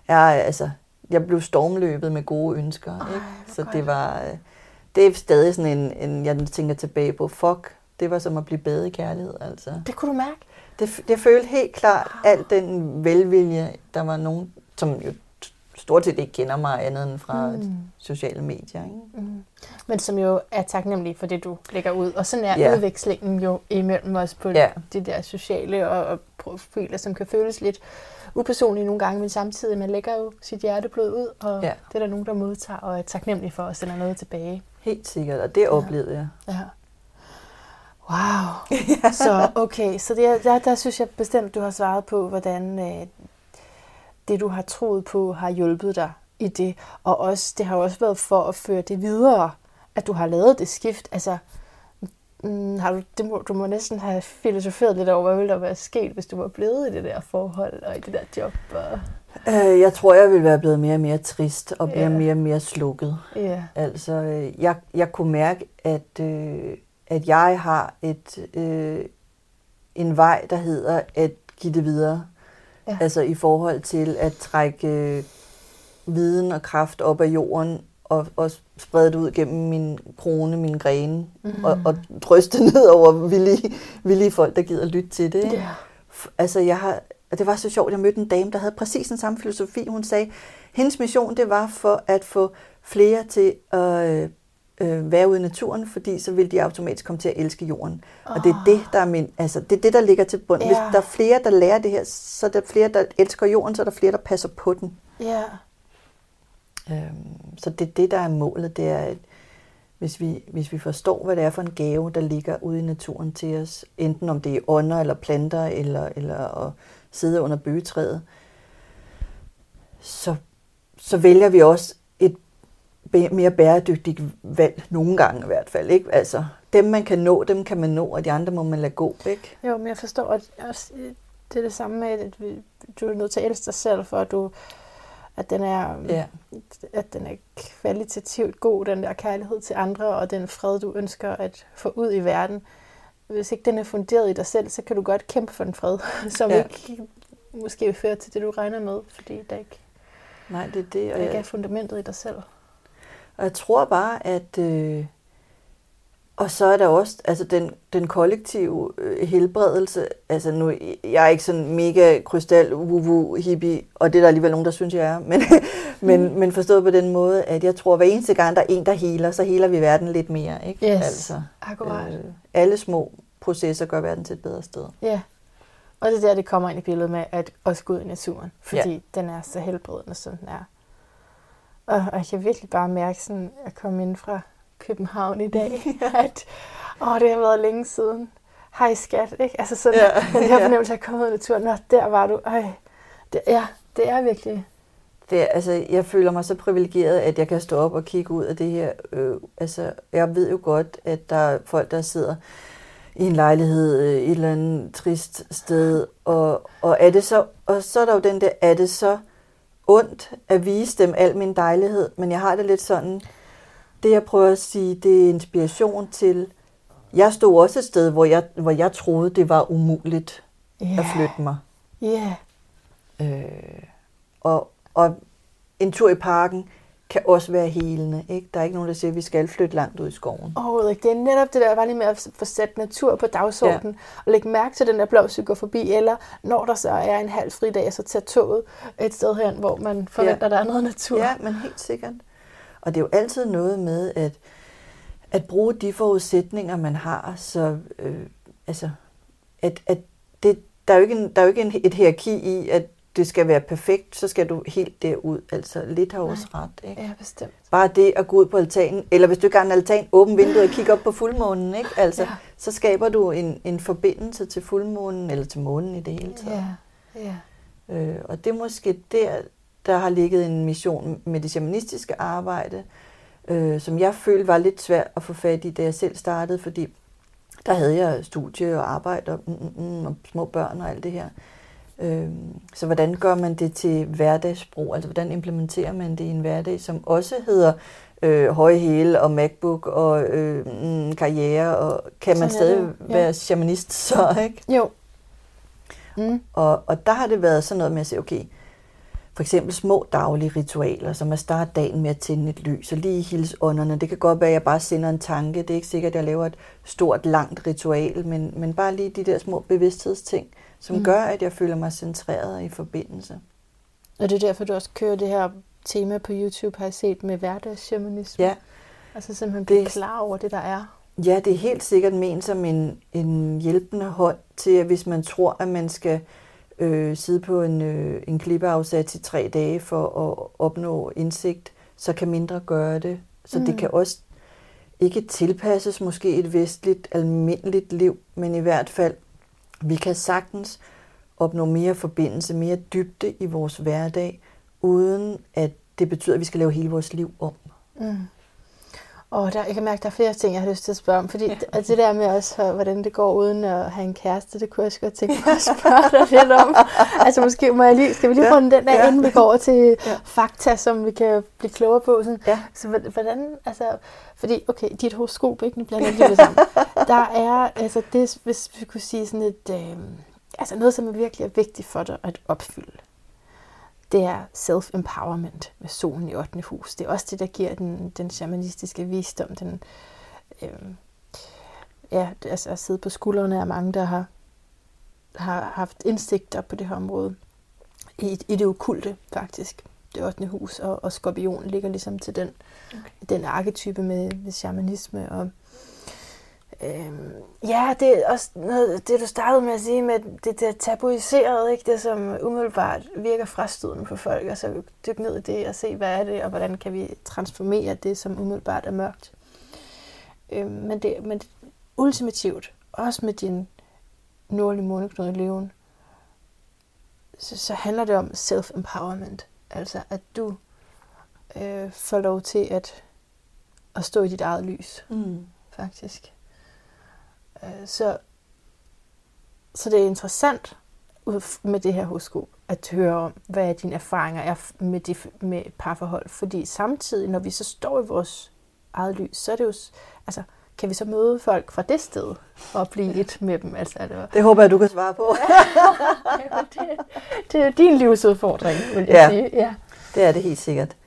Jeg blev stormløbet med gode ønsker, ikke? Så det er stadig sådan en, jeg tænker tilbage på, det var som at blive badet i kærlighed, altså. Det kunne du mærke? Det følte helt klart, al den velvilje, der var nogen, som jo stort set ikke kender mig andet end fra sociale medier. Ikke? Men som jo er taknemmelig for det, du lægger ud. Og sådan er udvekslingen jo imellem os på de der sociale og profiler, som kan føles lidt upersonlige nogle gange, men samtidig man lægger jo sit hjerteblod ud, og det er der nogen, der modtager og er taknemmelig for og sender noget tilbage. Helt sikkert, og det oplevede jeg. Ja. Wow. Så okay, så der synes jeg bestemt, du har svaret på, hvordan det, du har troet på, har hjulpet dig i det. Og også, det har også været for at føre det videre. at du har lavet det skift. Altså, du må næsten have filosoferet lidt over, hvad ville der være sket, hvis du var blevet i det der forhold og i det der job. Jeg tror, jeg ville være blevet mere og mere trist og blive mere og mere slukket. Yeah. Altså, jeg kunne mærke, at jeg har en vej, der hedder at give det videre. Ja. Altså i forhold til at trække viden og kraft op af jorden og sprede det ud gennem min krone, mine grene, og drøste ned over villige folk, der gider lytte til det. Yeah. Altså det var så sjovt, jeg mødte en dame, der havde præcis den samme filosofi. Hun sagde, hendes mission, det var for at få flere til at være ude i naturen, fordi så vil de automatisk komme til at elske jorden. Og det er det, der er det er det, der ligger til bund. Yeah. Hvis der er flere, der lærer det her, så er der flere, der elsker jorden, så er der flere, der passer på den. Yeah. Så det er det, der er målet. Det er, at hvis vi forstår, hvad det er for en gave, der ligger ude i naturen til os, enten om det er ånder eller planter, eller at sidde under bøgetræet, så vælger vi også et mere bæredygtigt valg, nogle gange i hvert fald. Ikke? Altså, dem man kan nå, dem kan man nå, og de andre må man lade gå. Ikke? Jo, men jeg forstår, at det er det samme med, at du er nødt til at elske dig selv, for at den er kvalitativt god, den der kærlighed til andre, og den fred, du ønsker at få ud i verden. Hvis ikke den er funderet i dig selv, så kan du godt kæmpe for en fred, som ikke måske vil føre til det, du regner med, fordi der ikke, det er det, og der ikke er fundamentet i dig selv. Og jeg tror bare, at og så er der også altså den kollektive helbredelse. Altså nu, jeg er ikke sådan mega krystal, hippie, og det er der alligevel nogen, der synes, jeg er. Men forstået på den måde, at jeg tror, at hver eneste gang, der er en, der healer, så healer vi verden lidt mere. Ikke? Yes, altså, akkurat. Alle små processer gør verden til et bedre sted. Ja, og det er der, det kommer ind i billedet med at også gå ud i naturen, fordi den er så helbredende, som den er. Og jeg kan virkelig bare mærke, sådan, at komme ind fra København i dag, at det har været længe siden. Hej skat, ikke? Altså sådan, den her fornemmelse af at komme ud i naturen, der var du. Det er virkelig. Jeg føler mig så privilegeret, at jeg kan stå op og kigge ud af det her. Jeg ved jo godt, at der er folk, der sidder i en lejlighed et eller andet trist sted, og er det så, og så er der jo den der, er det så ondt at vise dem al min dejlighed, men jeg har det lidt sådan, det jeg prøver at sige, det er inspiration til, jeg stod også et sted, hvor jeg troede, det var umuligt at flytte mig. Og en tur i parken kan også være helende. Ikke? Der er ikke nogen, der siger, at vi skal flytte langt ud i skoven. Det er netop det der, bare lige med at få sat natur på dagsordenen, og lægge mærke til den der blå cykel forbi, eller når der så er en halv fridag, så tage toget et sted hen, hvor man forventer, der er noget natur. Ja, men helt sikkert. Og det er jo altid noget med at bruge de forudsætninger, man har, så der er jo ikke et hierarki i, at det skal være perfekt, så skal du helt derud. Altså, lidt har også ret. Ikke? Ja, bestemt. Bare det at gå ud på altanen, eller hvis du ikke har en altan, åbn vinduet og kigge op på fuldmånen, ikke? Altså, så skaber du en forbindelse til fuldmånen, eller til månen i det hele taget. Og det er måske der har ligget en mission med det shamanistiske arbejde, som jeg følte var lidt svært at få fat i, da jeg selv startede, fordi der havde jeg studie og arbejde og små børn og alt det her. Så hvordan gør man det til hverdagsbrug? Altså hvordan implementerer man det i en hverdag, som også hedder høje hæle og MacBook og karriere, og kan man stadig være shamanist så, ikke? Jo. Og der har det været sådan noget med at sige, okay, for eksempel små daglige ritualer, som at starte dagen med at tænde et lys, og lige hilse ånderne. Det kan godt være, at jeg bare sender en tanke. Det er ikke sikkert, at jeg laver et stort, langt ritual, men bare lige de der små bevidsthedsting, som gør, at jeg føler mig centreret i forbindelse. Og det er derfor, du også kører det her tema på YouTube, har jeg set, med hverdagshamanisme. Ja. Altså simpelthen blive klar over det, der er. Ja, det er helt sikkert ment som en hjælpende hånd til, at hvis man tror, at man skal sidde på en klippeafsats i 3 dage for at opnå indsigt, så kan mindre gøre det. Så det kan også ikke tilpasses måske et vestligt, almindeligt liv, men i hvert fald, vi kan sagtens opnå mere forbindelse, mere dybde i vores hverdag, uden at det betyder, at vi skal lave hele vores liv om. Jeg kan mærke, at der er flere ting, jeg har lyst til at spørge om. Fordi det der med også, hvordan det går uden at have en kæreste, det kunne jeg også godt tænke mig at spørge dig lidt om. Altså måske skal vi lige runde den der, inden vi går over til fakta, som vi kan blive klogere på. Sådan. Ja. Så hvordan, altså, fordi, okay, dit horoskop, ikke? Nu blander jeg det sammen. Der er, altså det, hvis vi kunne sige sådan et, altså noget, som er virkelig vigtigt for dig at opfylde. Det er self-empowerment med solen i 8. hus. Det er også det, der giver den shamanistiske visdom. Altså at sidde på skuldrene af mange, der har haft indsigter på det her område. I det okulte, faktisk. Det 8. hus, og skorpion ligger ligesom til den arketype med shamanisme. Og det er også noget, det du startede med at sige, med det der tabuiseret, ikke? Det som umiddelbart virker frastødende på folk, og så dykke ned i det og se, hvad er det, og hvordan kan vi transformere det, som umiddelbart er mørkt. Men ultimativt, også med din nordlige måneknude i Løven, så handler det om self-empowerment. Altså, at du får lov til at stå i dit eget lys, faktisk. Så det er interessant med det her horoskop at høre om, hvad dine erfaringer er med parforhold. Fordi samtidig, når vi så står i vores eget lys, så er det jo, altså, kan vi så møde folk fra det sted og blive et med dem? Altså, det håber jeg, du kan svare på. det er din livsudfordring, vil jeg sige. Ja, det er det helt sikkert.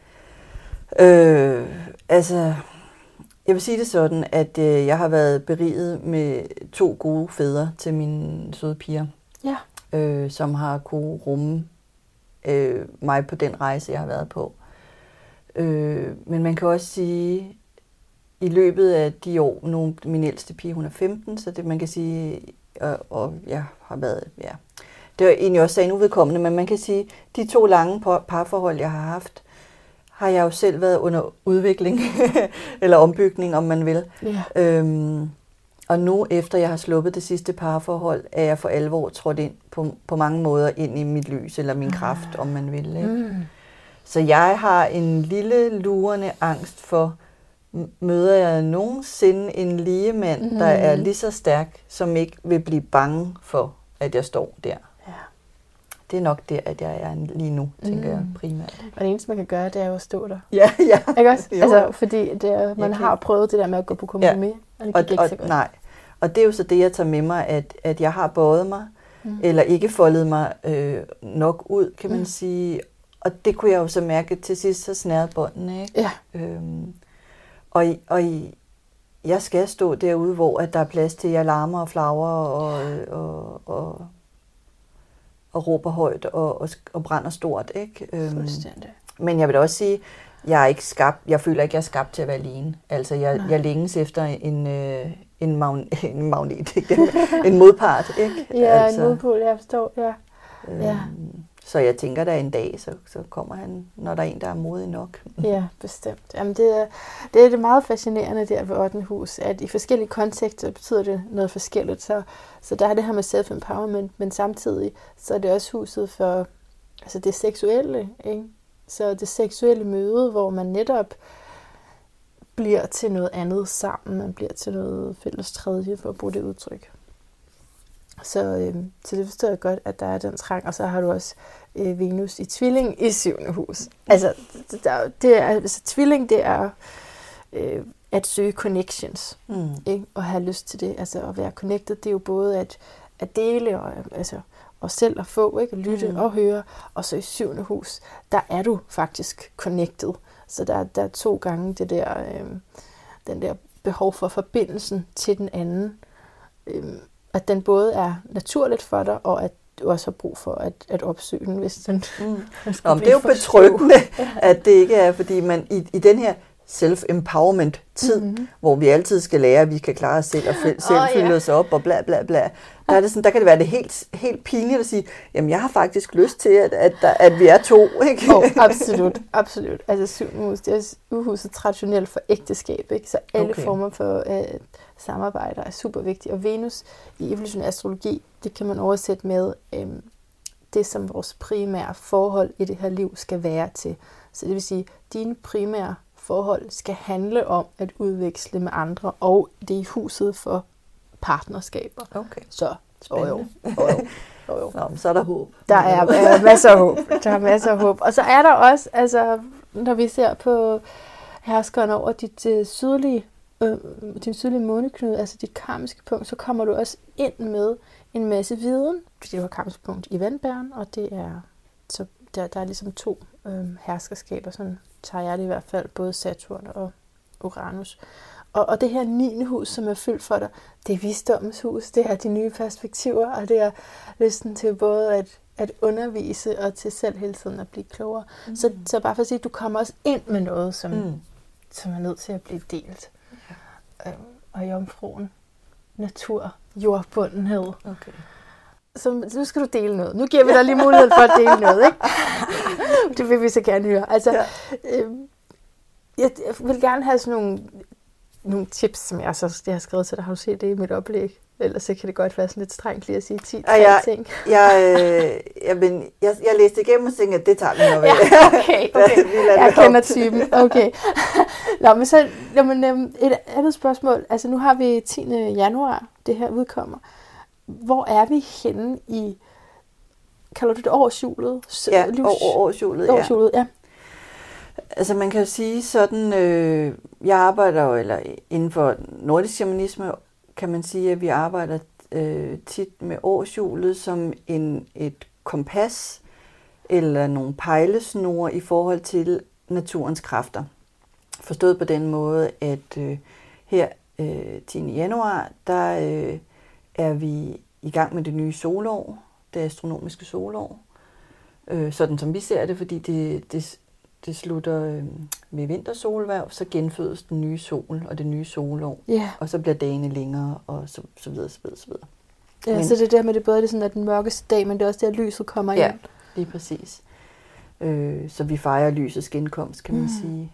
Jeg vil sige det sådan, at jeg har været beriget med 2 gode fædre til mine søde piger, som har kunne rumme mig på den rejse, jeg har været på. Men man kan også sige, i løbet af de år, min ældste pige, hun er 15, så det man kan sige, og jeg har været, det er egentlig også sagen uvedkommende, men man kan sige, de 2 lange parforhold, jeg har haft, har jeg jo selv været under udvikling, eller ombygning, om man vil. Ja. Og nu, efter jeg har sluppet det sidste parforhold, er jeg for alvor trådt ind på mange måder ind i mit lys, eller min kraft, om man vil. Ikke? Så jeg har en lille lurende angst for, møder jeg nogensinde en ligemand, der er lige så stærk, som ikke vil blive bange for, at jeg står der. Ja. Det er nok der, at jeg er lige nu, tænker jeg primært. Og det eneste, man kan gøre, det er jo at stå der. Ja. Ikke også? Altså, fordi man har prøvet det der med at gå på kompromis, og det gik ikke så godt. Nej. Og det er jo så det, jeg tager med mig, at jeg har bøjet mig, eller ikke foldet mig nok ud, kan man sige. Og det kunne jeg jo så mærke til sidst, så snærede båndene, ikke? Ja. Og jeg skal stå derude, hvor at der er plads til, at jeg larmer og flagrer og råber højt og brænder stort, ikke? Fuldstændig. Men jeg vil da også sige, jeg føler ikke, jeg er skabt til at være alene. Altså, jeg længes efter en magnet, ikke? En modpart, ikke? Ja, altså, en modpol, jeg forstår, ja. Så jeg tænker, der en dag, så kommer han, når der er en, der er modig nok. Ja, bestemt. Jamen, det er det meget fascinerende der ved 8. hus, at i forskellige kontekster betyder det noget forskelligt. Så der er det her med self-empowerment, men samtidig så er det også huset for altså det seksuelle, ikke? Så det seksuelle møde, hvor man netop bliver til noget andet sammen, man bliver til noget fælles tredje, for at bruge det udtryk. Så det forstår jeg godt, at der er den trang, og så har du også Venus i tvilling i 7. hus. Altså, tvilling, det er at søge connections, ikke? Og have lyst til det. Altså at være connected, det er jo både at dele og selv at få, ikke? At lytte og høre. Og så i 7. hus, der er du faktisk connected. Så der er 2 gange det der, den der behov for forbindelsen til den anden. At den både er naturligt for dig, og at du også har brug for at opsøge den, hvis den det er jo betryggende, at det ikke er, fordi man i den her self-empowerment-tid, hvor vi altid skal lære, at vi kan klare os selv og selv fylde os op og bla bla bla, der er det sådan, der kan det være det helt pinligt at sige, jamen jeg har faktisk lyst til, at vi er 2, ikke? Absolut. Altså 7. hus, det er huset traditionelt for ægteskab, ikke? Så alle former for samarbejder er super vigtige. Og Venus i evolutionær astrologi, det kan man oversætte med det, som vores primære forhold i det her liv skal være til. Så det vil sige, dine primære forhold skal handle om at udveksle med andre, og det er i huset for partnerskaber. Okay. Så spændende. Jo. Nå, så er der håb. Der er masser af håb. Der er masser af håb. Og så er der også, altså, når vi ser på herskeren over din sydlige måneknude, altså dit karmiske punkt, så kommer du også ind med en masse viden, fordi du har karmisk punkt i vandbæren, og det er, så der er ligesom 2 herskerskaber, sådan tager jeg det i hvert fald, både Saturn og Uranus. Og det her 9. hus, som er fyldt for dig, det er visdommens hus, det er de nye perspektiver, og det er lysten til både at undervise og til selv hele tiden at blive klogere. Så bare for at sige, at du kommer også ind med noget, som er nødt til at blive delt. Ja. Og jomfruen, natur, jordbundenhed. Okay. Så nu skal du dele noget. Nu giver vi dig lige mulighed for at dele noget, ikke? Det vil vi så gerne høre. Altså, jeg vil gerne have sådan nogle tips, som jeg har skrevet til dig. Har du set det i mit oplæg? Ellers så kan det godt være sådan lidt strengt lige at sige 10 ting. Jeg læste igennem og tænkte, at det tager vi noget ved. Ja, okay. Jeg kender typen. Okay. Nå, men så et andet spørgsmål. Altså nu har vi 10. januar, det her udkommer. Hvor er vi henne i, kalder du det årshjulet? Ja, årshjulet, ja. Altså man kan jo sige sådan, jeg arbejder jo, eller inden for nordisk shamanisme, kan man sige, at vi arbejder tit med årshjulet som et kompas eller nogle pejlesnore i forhold til naturens kræfter. Forstået på den måde, at her 10. januar, der er vi i gang med det nye solår, det astronomiske solår. Sådan som vi ser det, fordi det slutter med vintersolhverv, så genfødes den nye sol og det nye solår. Yeah. Og så bliver dagene længere, og så videre. Ja, men, så det der med det både det sådan, at den mørkeste dag, men det er også der, lyset kommer ind. Ja, lige præcis. Så vi fejrer lysets genkomst, kan man sige.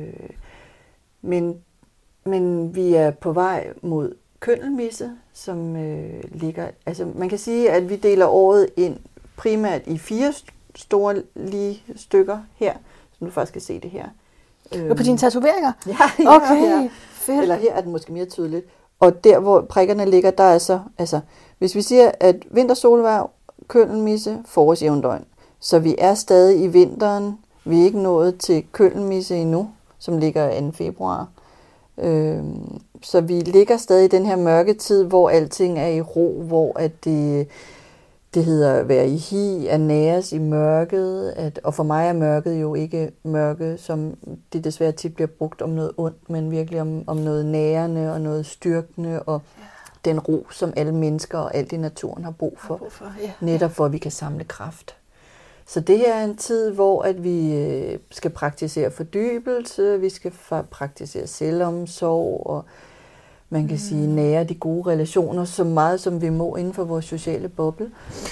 Men vi er på vej mod Køndelmisse, som ligger... Altså man kan sige, at vi deler året ind primært i 4 store lige stykker her, så du faktisk kan se det her. På dine tatoveringer? Ja, okay, fedt. Eller her er den måske mere tydeligt. Og der, hvor prikkerne ligger, der er så... Altså, hvis vi siger, at vintersolhverv, Køndelmisse, forårsjævndøgn, så vi er stadig i vinteren. Vi er ikke nået til Køndelmisse endnu, som ligger 2. februar. Så vi ligger stadig i den her mørke tid, hvor alting er i ro, hvor at det hedder at være i hi, at næres i mørket, og for mig er mørket jo ikke mørke, som det desværre tit bliver brugt om noget ondt, men virkelig om noget nærende og noget styrkende, og den ro, som alle mennesker og alt i naturen har brug for, netop for at vi kan samle kraft. Så det her er en tid, hvor at vi skal praktisere fordybelse, vi skal praktisere selvomsorg, og man kan sige nære de gode relationer så meget, som vi må inden for vores sociale boble.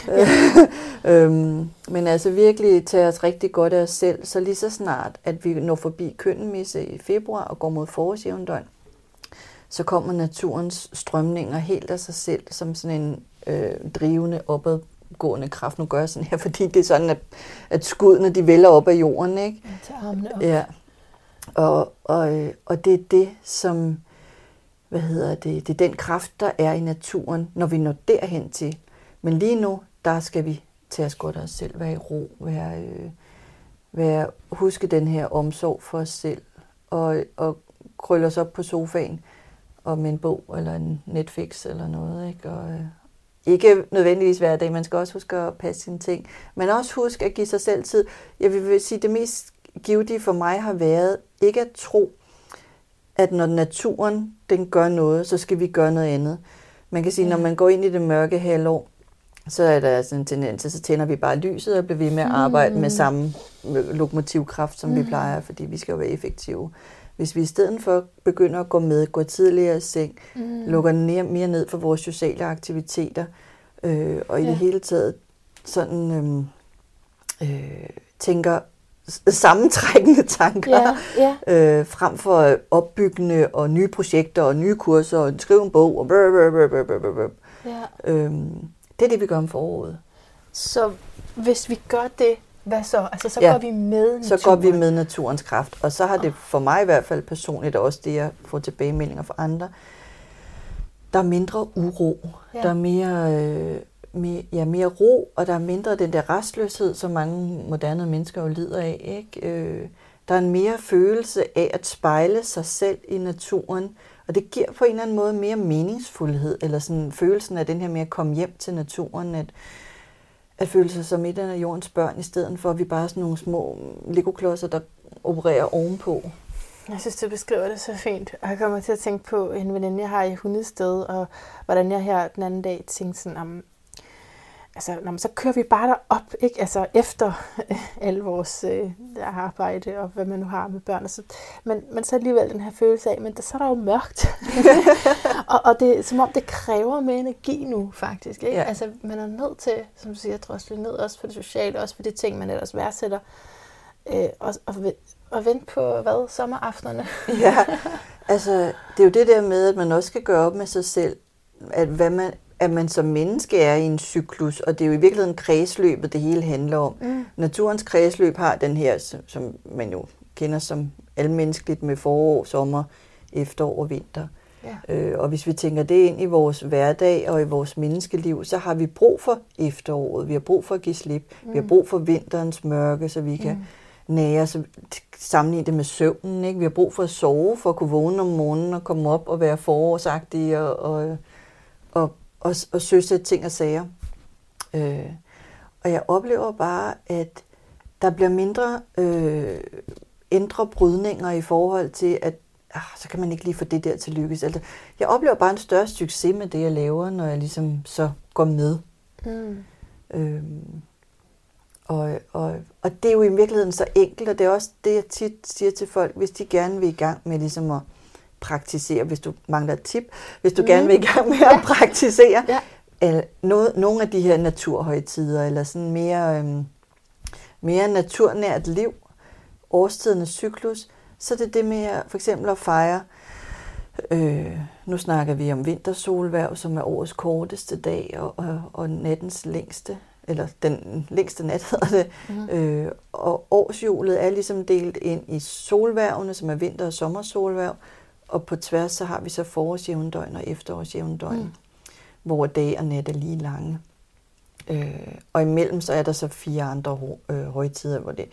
Men altså virkelig tage os rigtig godt af os selv, så lige så snart, at vi når forbi Køndelmisse i februar og går mod forårsjævndøgn, så kommer naturens strømninger helt af sig selv, som sådan en drivende opadgående kraft. Nu gør jeg sådan her, fordi det er sådan, at skuddene de vælger op af jorden, ikke? Til armene op. Ja. Og det er det, som... Det er den kraft, der er i naturen, når vi når derhen til. Men lige nu, der skal vi tage os godt af os selv, være i ro, huske den her omsorg for os selv, og krølle os op på sofaen, og med en bog eller en Netflix eller noget. Ikke? Og, ikke nødvendigvis hver dag, man skal også huske at passe sine ting, men også huske at give sig selv tid. Jeg vil sige, det mest givtige for mig har været ikke at tro, at når naturen den gør noget, så skal vi gøre noget andet. Man kan sige, når man går ind i det mørke halvår, så er der sådan en tendens, så tænder vi bare lyset og bliver ved med at arbejde med samme lokomotivkraft, som vi plejer, fordi vi skal jo være effektive. Hvis vi i stedet for begynder at gå tidligere i seng, lukker mere ned for vores sociale aktiviteter, og i det hele taget sådan tænker sammentrækkende tanker, frem for opbyggende og nye projekter og nye kurser og skrive en bog og det er det, vi gør om foråret. Så hvis vi gør det, hvad så? Altså, så går vi med naturen. Så går vi med naturens kraft. Og så har det for mig i hvert fald personligt, og også det, jeg får tilbagemeldinger fra andre, der er mindre uro. Ja. Der er mere ro, og der er mindre den der restløshed, som mange moderne mennesker jo lider af. Ikke? Der er en mere følelse af at spejle sig selv i naturen, og det giver på en eller anden måde mere meningsfuldhed, eller sådan følelsen af den her med at komme hjem til naturen, at føle sig som et af jordens børn, i stedet for at vi bare er sådan nogle små legoklodser, der opererer ovenpå. Jeg synes, du beskriver det så fint, og jeg kommer til at tænke på en veninde, jeg har i Hundested, og hvordan jeg her den anden dag tænkte sådan, så kører vi bare derop, ikke? Altså efter alle vores arbejde og hvad man nu har med børn. Så, men så alligevel den her følelse af, men så er der jo mørkt. og det er som om, det kræver mere energi nu, faktisk. Ikke? Ja. Altså man er nødt til, som du siger, at drosle ned også for det sociale, også for de ting, man ellers værdsætter. Og vente på, sommeraftenerne. Ja, altså det er jo det der med, at man også skal gøre op med sig selv, at man som menneske er i en cyklus, og det er jo i virkeligheden kredsløbet, det hele handler om. Naturens kredsløb har den her, som man jo kender som almenneskeligt med forår, sommer, efterår og vinter. Ja. Og hvis vi tænker det ind i vores hverdag og i vores menneskeliv, så har vi brug for efteråret, vi har brug for at give slip, vi har brug for vinterens mørke, så vi kan nære, så sammenligne det med søvnen. Ikke? Vi har brug for at sove, for at kunne vågne om morgenen og komme op og være forårsagtige og søsætte ting og sager. Og jeg oplever bare, at der bliver mindre indre brydninger i forhold til, at så kan man ikke lige få det der til lykkes. Altså, jeg oplever bare en større succes med det, jeg laver, når jeg ligesom så går med. Og det er jo i virkeligheden så enkelt, og det er også det, jeg tit siger til folk, hvis de gerne vil i gang med ligesom at praktisere, hvis du mangler et tip, hvis du gerne vil i gang med at praktisere nogle af de her naturhøjtider, eller sådan mere naturnært liv, årstidernes cyklus, så det er det med for eksempel at fejre, nu snakker vi om vintersolhverv, som er årets korteste dag, og nattens længste, eller den længste nat hedder det, og årshjulet er ligesom delt ind i solhvervene, som er vinter- og sommersolhverv, og på tværs så har vi så forårsjævndøgn og efterårsjævndøgn, hvor dag og nat er lige lange. Og imellem så er der så 4 andre højtider, hvor det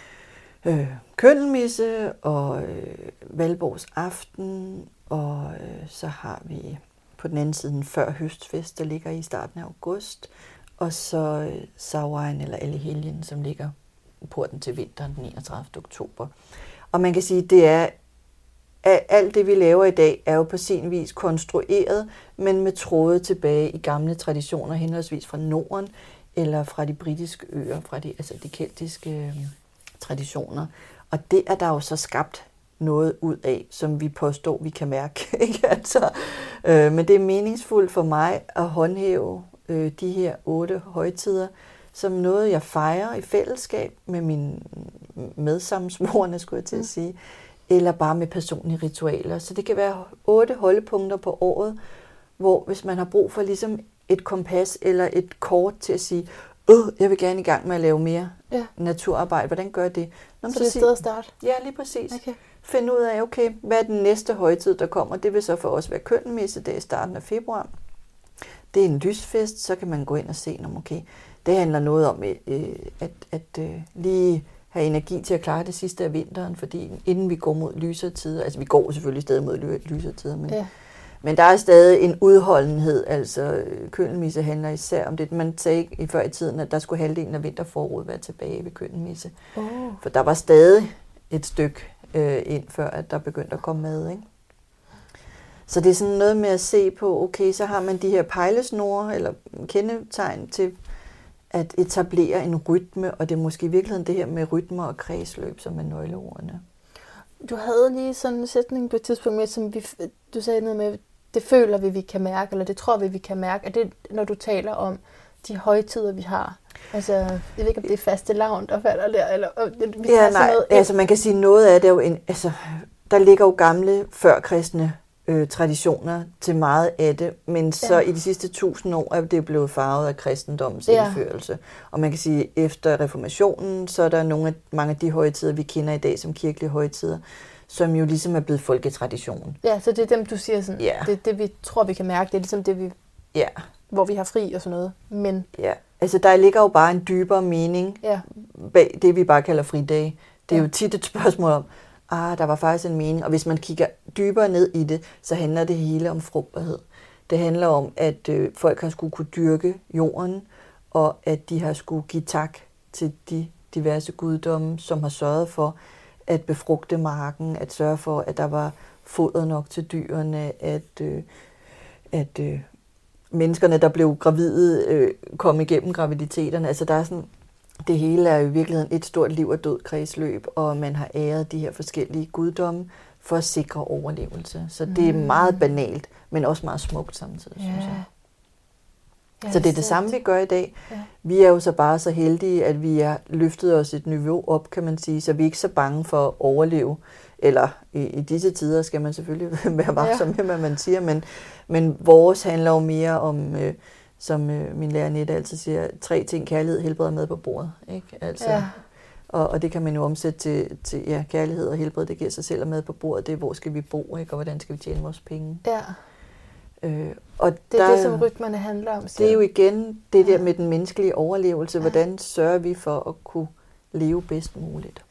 køndelmisse og Valborgs aften, og så har vi på den anden side en før høstfest, der ligger i starten af august, og så Samhain eller Allehelgen, som ligger porten til vinteren den 31. oktober. Og man kan sige, det er alt det, vi laver i dag, er jo på sin vis konstrueret, men med tråde tilbage i gamle traditioner, henholdsvis fra Norden eller fra de britiske øer, fra de keltiske traditioner. Og det er der jo så skabt noget ud af, som vi påstår, vi kan mærke. Ikke? Altså, men det er meningsfuldt for mig at håndhæve de her 8 højtider som noget, jeg fejrer i fællesskab med mine medsammensvorne, skulle jeg til at sige, eller bare med personlige ritualer. Så det kan være 8 holdepunkter på året, hvor hvis man har brug for ligesom et kompas eller et kort til at sige, jeg vil gerne i gang med at lave mere naturarbejde. Hvordan gør jeg det? Så det er et sted at starte? Ja, lige præcis. Okay. Find ud af, okay, hvad er den næste højtid, der kommer? Det vil så for os være køndelmesse, det er i starten af februar. Det er en lysfest, så kan man gå ind og se, okay, det handler noget om at lige have energi til at klare det sidste af vinteren, fordi inden vi går mod lysere tider, altså vi går selvfølgelig stadig mod lysere tider, men der er stadig en udholdenhed, altså køndelmisse handler især om det. Man sagde ikke før i tiden, at der skulle halvdelen af vinterforåret være tilbage ved køndelmisse. For der var stadig et stykke ind, før at der begyndte at komme mad, ikke? Så det er sådan noget med at se på, okay, så har man de her pejlesnore, eller kendetegn til at etablere en rytme, og det er måske i virkeligheden det her med rytmer og kredsløb, som er nøgleordene. Du havde lige sådan en sætning på et tidspunkt med, som du sagde noget med, det føler vi kan mærke, eller det tror vi kan mærke. Er det, når du taler om de højtider, vi har? Altså, jeg ved ikke, om det er fastelavn, der falder der, eller altså man kan sige, noget af det er jo der ligger jo gamle førkristne traditioner til meget af det, men så i de sidste 1000 år er det blevet farvet af kristendommens indførelse. Og man kan sige, at efter reformationen, så er der mange af de højtider, vi kender i dag som kirkelige højtider, som jo ligesom er blevet folketradition. Ja, så det er dem, du siger sådan, det er det, vi tror, vi kan mærke, det er ligesom det, vi, hvor vi har fri og sådan noget. Men altså der ligger jo bare en dybere mening bag det, vi bare kalder fridage. Det er jo tit et spørgsmål om, der var faktisk en mening. Og hvis man kigger dybere ned i det, så handler det hele om frugtbarhed. Det handler om, at folk har skulle kunne dyrke jorden, og at de har skulle give tak til de diverse guddomme, som har sørget for at befrugte marken, at sørge for, at der var foder nok til dyrene, at menneskerne, der blev gravide, kom igennem graviditeterne. Altså der er sådan, det hele er jo i virkeligheden et stort liv- og død-kredsløb, og man har æret de her forskellige guddomme for at sikre overlevelse. Så det er meget banalt, men også meget smukt samtidig, synes jeg. Så det er det samme, vi gør i dag. Vi er jo så bare så heldige, at vi har løftet os et niveau op, kan man sige, så vi er ikke så bange for at overleve. Eller i disse tider skal man selvfølgelig være varsom med, hvad man siger, men vores handler jo mere om, som min lærer Nette altid siger, 3 ting: kærlighed, helbred og mad på bordet. Ikke? Altså, og det kan man jo omsætte til kærlighed og helbred, det giver sig selv, og mad på bordet, det er, hvor skal vi bo, ikke? Og hvordan skal vi tjene vores penge. Ja. Og det er det, som rytmerne handler om. Det er jo igen det der med den menneskelige overlevelse. Hvordan sørger vi for at kunne leve bedst muligt?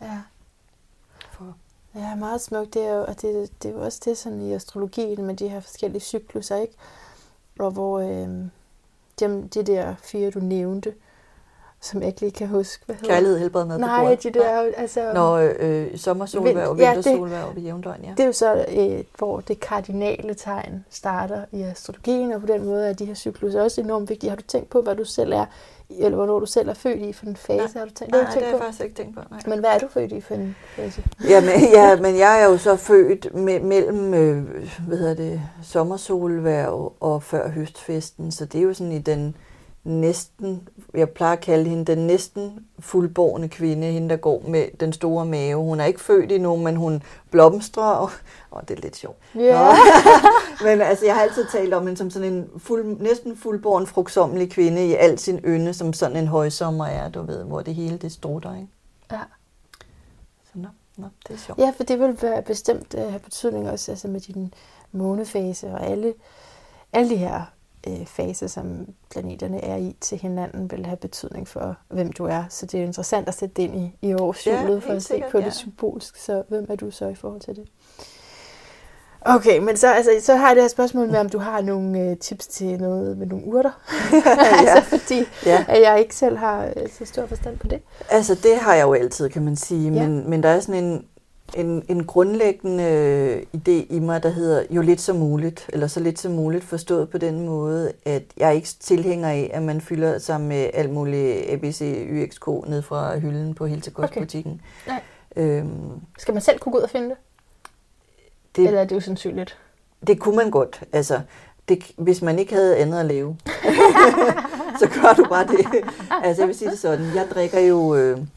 Ja, meget smukt. Det er jo, og det er jo også det sådan i astrologien med de her forskellige cykluser, ikke? Og hvor de der 4, du nævnte, som jeg ikke lige kan huske, hvad hedder. Kærlighed, helbred, mad på bordet. Nej, de der altså... Sommersolværv og vintersolværv ved jævndøgn, Det er jo så, hvor det kardinale tegn starter i astrologien, og på den måde er de her cykluser også enormt vigtige. Har du tænkt på, hvad du selv er, eller hvornår du selv er født i for en fase? Nej, har du tænkt, det har jeg faktisk ikke tænkt på. Nej. Men hvad er du født i for en fase? Men jeg er jo så født mellem sommersolværv og før høstfesten, så det er jo sådan i den næsten, jeg plejer at kalde hende den næsten fuldbårne kvinde, hende der går med den store mave. Hun er ikke født endnu, men hun blomstrer, og det er lidt sjovt. Yeah. Men altså, jeg har altid talt om hende som sådan en næsten fuldbåren, frugtsommelig kvinde i al sin ynde, som sådan en højsommer er, du ved, hvor det hele det strutter, ikke? Ja. Så det er sjovt. Ja, for det vil være bestemt have betydning også altså med din månefase og alle de her fase, som planeterne er i til hinanden, vil have betydning for, hvem du er. Så det er jo interessant at sætte det ind i årshjulet for at se på det symbolsk. Så hvem er du så i forhold til det? Okay, men så har jeg det her spørgsmål med, om du har nogle tips til noget med nogle urter. Fordi at jeg ikke selv har så stor forstand på det. Altså, det har jeg jo altid, kan man sige. Men der er sådan en grundlæggende idé i mig, der hedder jo lidt som muligt, eller så lidt som muligt, forstået på den måde, at jeg er ikke tilhænger af, at man fylder sig med alt muligt ABC, YXK ned fra hylden på Hiltegårdsbutikken. Okay. Skal man selv kunne gå ud og finde det? Eller er det usandsynligt? Det kunne man godt. Altså, hvis man ikke havde andet at lave, så gør du bare det. Altså, jeg vil sige det sådan. Jeg drikker jo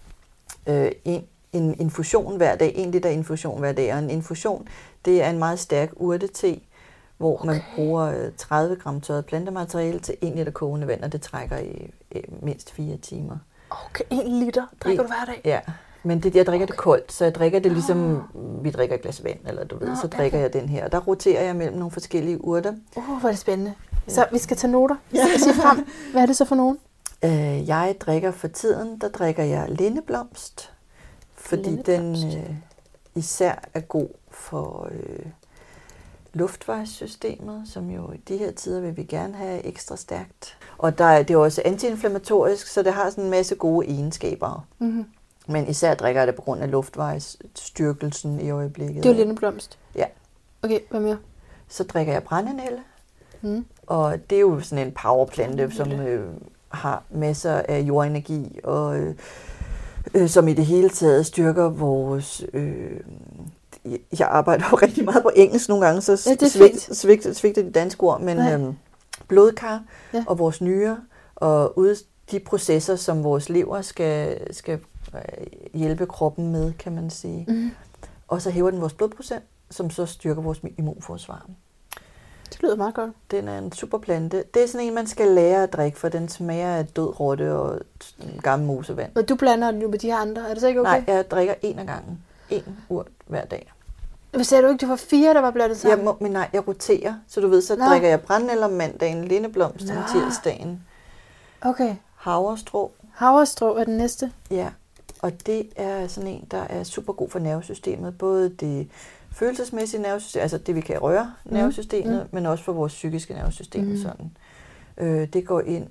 en infusion hver dag, 1 liter infusion hver dag, og en infusion, det er en meget stærk urtete, hvor man bruger 30 gram tørret plantemateriale til 1 liter kogende vand, og det trækker i mindst 4 timer. Okay, 1 liter drikker du hver dag? Ja, men jeg drikker det koldt, så jeg drikker det ligesom, vi drikker et glas vand, eller du ved, så drikker jeg den her. Og der roterer jeg mellem nogle forskellige urter. Hvor er det spændende. Så vi skal tage noter. Sig frem. Hvad er det så for nogen? Jeg drikker for tiden, der drikker jeg lindeblomst, fordi den især er god for luftvejssystemet, som jo i de her tider vil vi gerne have ekstra stærkt. Og det er også antiinflammatorisk, så det har sådan en masse gode egenskaber. Mm-hmm. Men især drikker jeg det på grund af luftvejsstyrkelsen i øjeblikket. Det er jo lindeblomst? Ja. Okay, hvad mere? Så drikker jeg brændenælde, og det er jo sådan en powerplante, som har masser af jordenergi, og som i det hele taget styrker vores... jeg arbejder jo rigtig meget på engelsk nogle gange, så svigter de danske ord, men blodkar og vores nyrer, og de processer, som vores lever skal hjælpe kroppen med, kan man sige. Mm. Og så hæver den vores blodprocent, som så styrker vores immunforsvar. lyder meget godt. Den er en super plante. Det er sådan en, man skal lære at drikke, for den smager af død rotte og gammel mosevand. Men du blander den jo med de her andre, er det så ikke okay? Nej, jeg drikker 1 ad gangen. 1 urt hver dag. Hvad sagde du ikke, det var 4, der var blandet sammen? Jeg roterer, så du ved, så drikker jeg brændenælder om mandagen, lindeblomst om tirsdagen. Okay. Havrestrå. Havrestrå er den næste? Ja, og det er sådan en, der er super god for nervesystemet. Både det følelsesmæssige nervesystem, altså det vi kan røre nervesystemet, men også for vores psykiske nervesystem. Sådan. Det går ind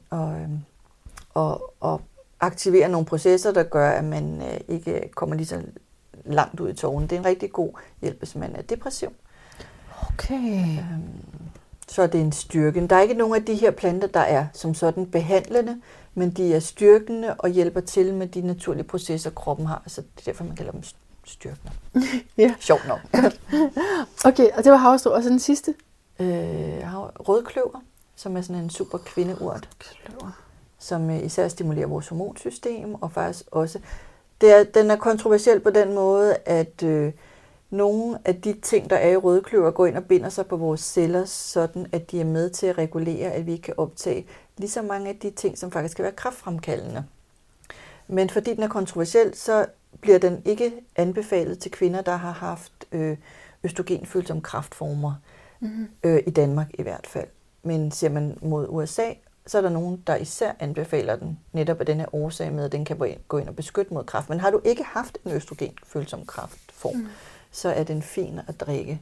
og aktiverer nogle processer, der gør, at man ikke kommer lige så langt ud i tågen. Det er en rigtig god hjælp, hvis man er depressiv. Okay. Så er det en styrke. Der er ikke nogen af de her planter, der er som sådan behandlende, men de er styrkende og hjælper til med de naturlige processer, kroppen har. Så det er derfor, man kalder dem styrkende. Ja. Sjovt nok. Okay, og det var havrestrå. Og så den sidste? Rødkløver, som er sådan en super kvindeurt, som især stimulerer vores hormonsystem, og faktisk også... Den er kontroversiel på den måde, at nogle af de ting, der er i rødkløver, går ind og binder sig på vores celler, sådan at de er med til at regulere, at vi kan optage lige så mange af de ting, som faktisk kan være kræftfremkaldende. Men fordi den er kontroversiel, så bliver den ikke anbefalet til kvinder, der har haft østrogenfølsomme kræftformer, i Danmark i hvert fald. Men ser man mod USA, så er der nogen, der især anbefaler den, netop af den her årsag med, at den kan gå ind og beskytte mod kræft. Men har du ikke haft en østrogenfølsom kræftform, så er den fin at drikke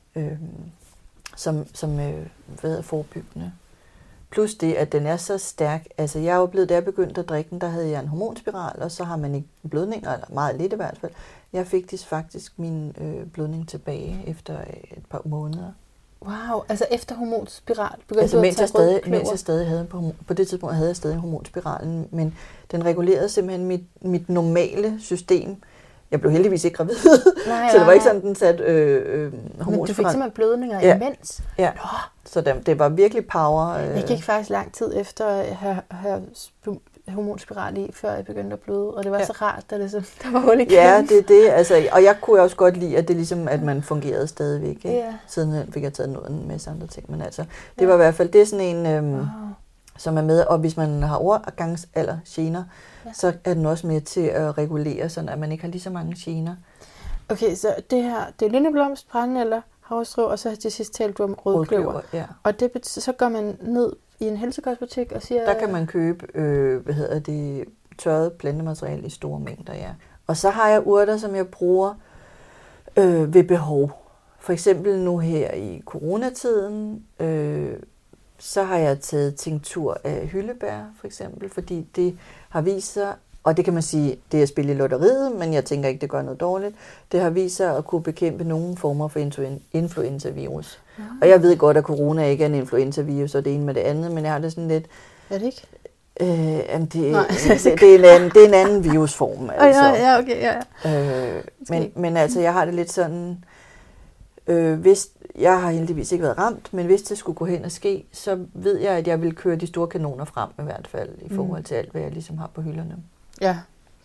som forebyggende. Plus det, at den er så stærk. Altså jeg oplevede, da jeg begyndte at drikke den, der havde jeg en hormonspiral, og så har man ikke blødninger, eller meget lidt i hvert fald. Jeg fik faktisk min blødning tilbage efter et par måneder. Wow, altså efter hormonspiral begyndte altså, du at tage rødkløver? Mens jeg stadig havde på det tidspunkt havde jeg stadig hormonspiralen, men den regulerede simpelthen mit normale system. Jeg blev heldigvis ikke gravid, så det var ikke sådan, den satte hormonspiral. Men du fik simpelthen blødninger imens? Ja, så det var virkelig power. Jeg gik faktisk lang tid efter at have hormonspiral i, før jeg begyndte at bløde, og det var så rart, da der var hul i Ja, det er det. Altså, og jeg kunne også godt lide, at det ligesom, at man fungerede stadigvæk. Ikke? Ja. Siden fik jeg taget en masse andre ting. Men altså, det var i hvert fald, det er sådan en, som er med, og hvis man har overgangs- eller gener, så er den også med til at regulere, sådan at man ikke har lige så mange gener. Okay, så det her, det er lindeblomst, brændenælder, havrestrå, og så til sidst talte du om rødkløver. Ja. Og det så går man ned i en helsekostbutik og siger... Der kan man købe, tørret plantemateriale i store mængder, ja. Og så har jeg urter, som jeg bruger ved behov. For eksempel nu her i coronatiden, så har jeg taget tinktur af hyldebær, for eksempel, fordi det har vist sig, og det kan man sige, det er at spille i lotteriet, men jeg tænker ikke, det gør noget dårligt. Det har vist sig at kunne bekæmpe nogle former for influenzavirus. Ja. Og jeg ved godt, at corona ikke er en influenzavirus, og det ene med det andet, men jeg har det sådan lidt... Er det ikke? Det er en anden virusform. Altså. Ja, okay, ja. Men altså, jeg har det lidt sådan... Hvis jeg har heldigvis ikke været ramt, men hvis det skulle gå hen og ske, så ved jeg, at jeg vil køre de store kanoner frem, i hvert fald, i forhold til alt, hvad jeg ligesom har på hylderne. Ja.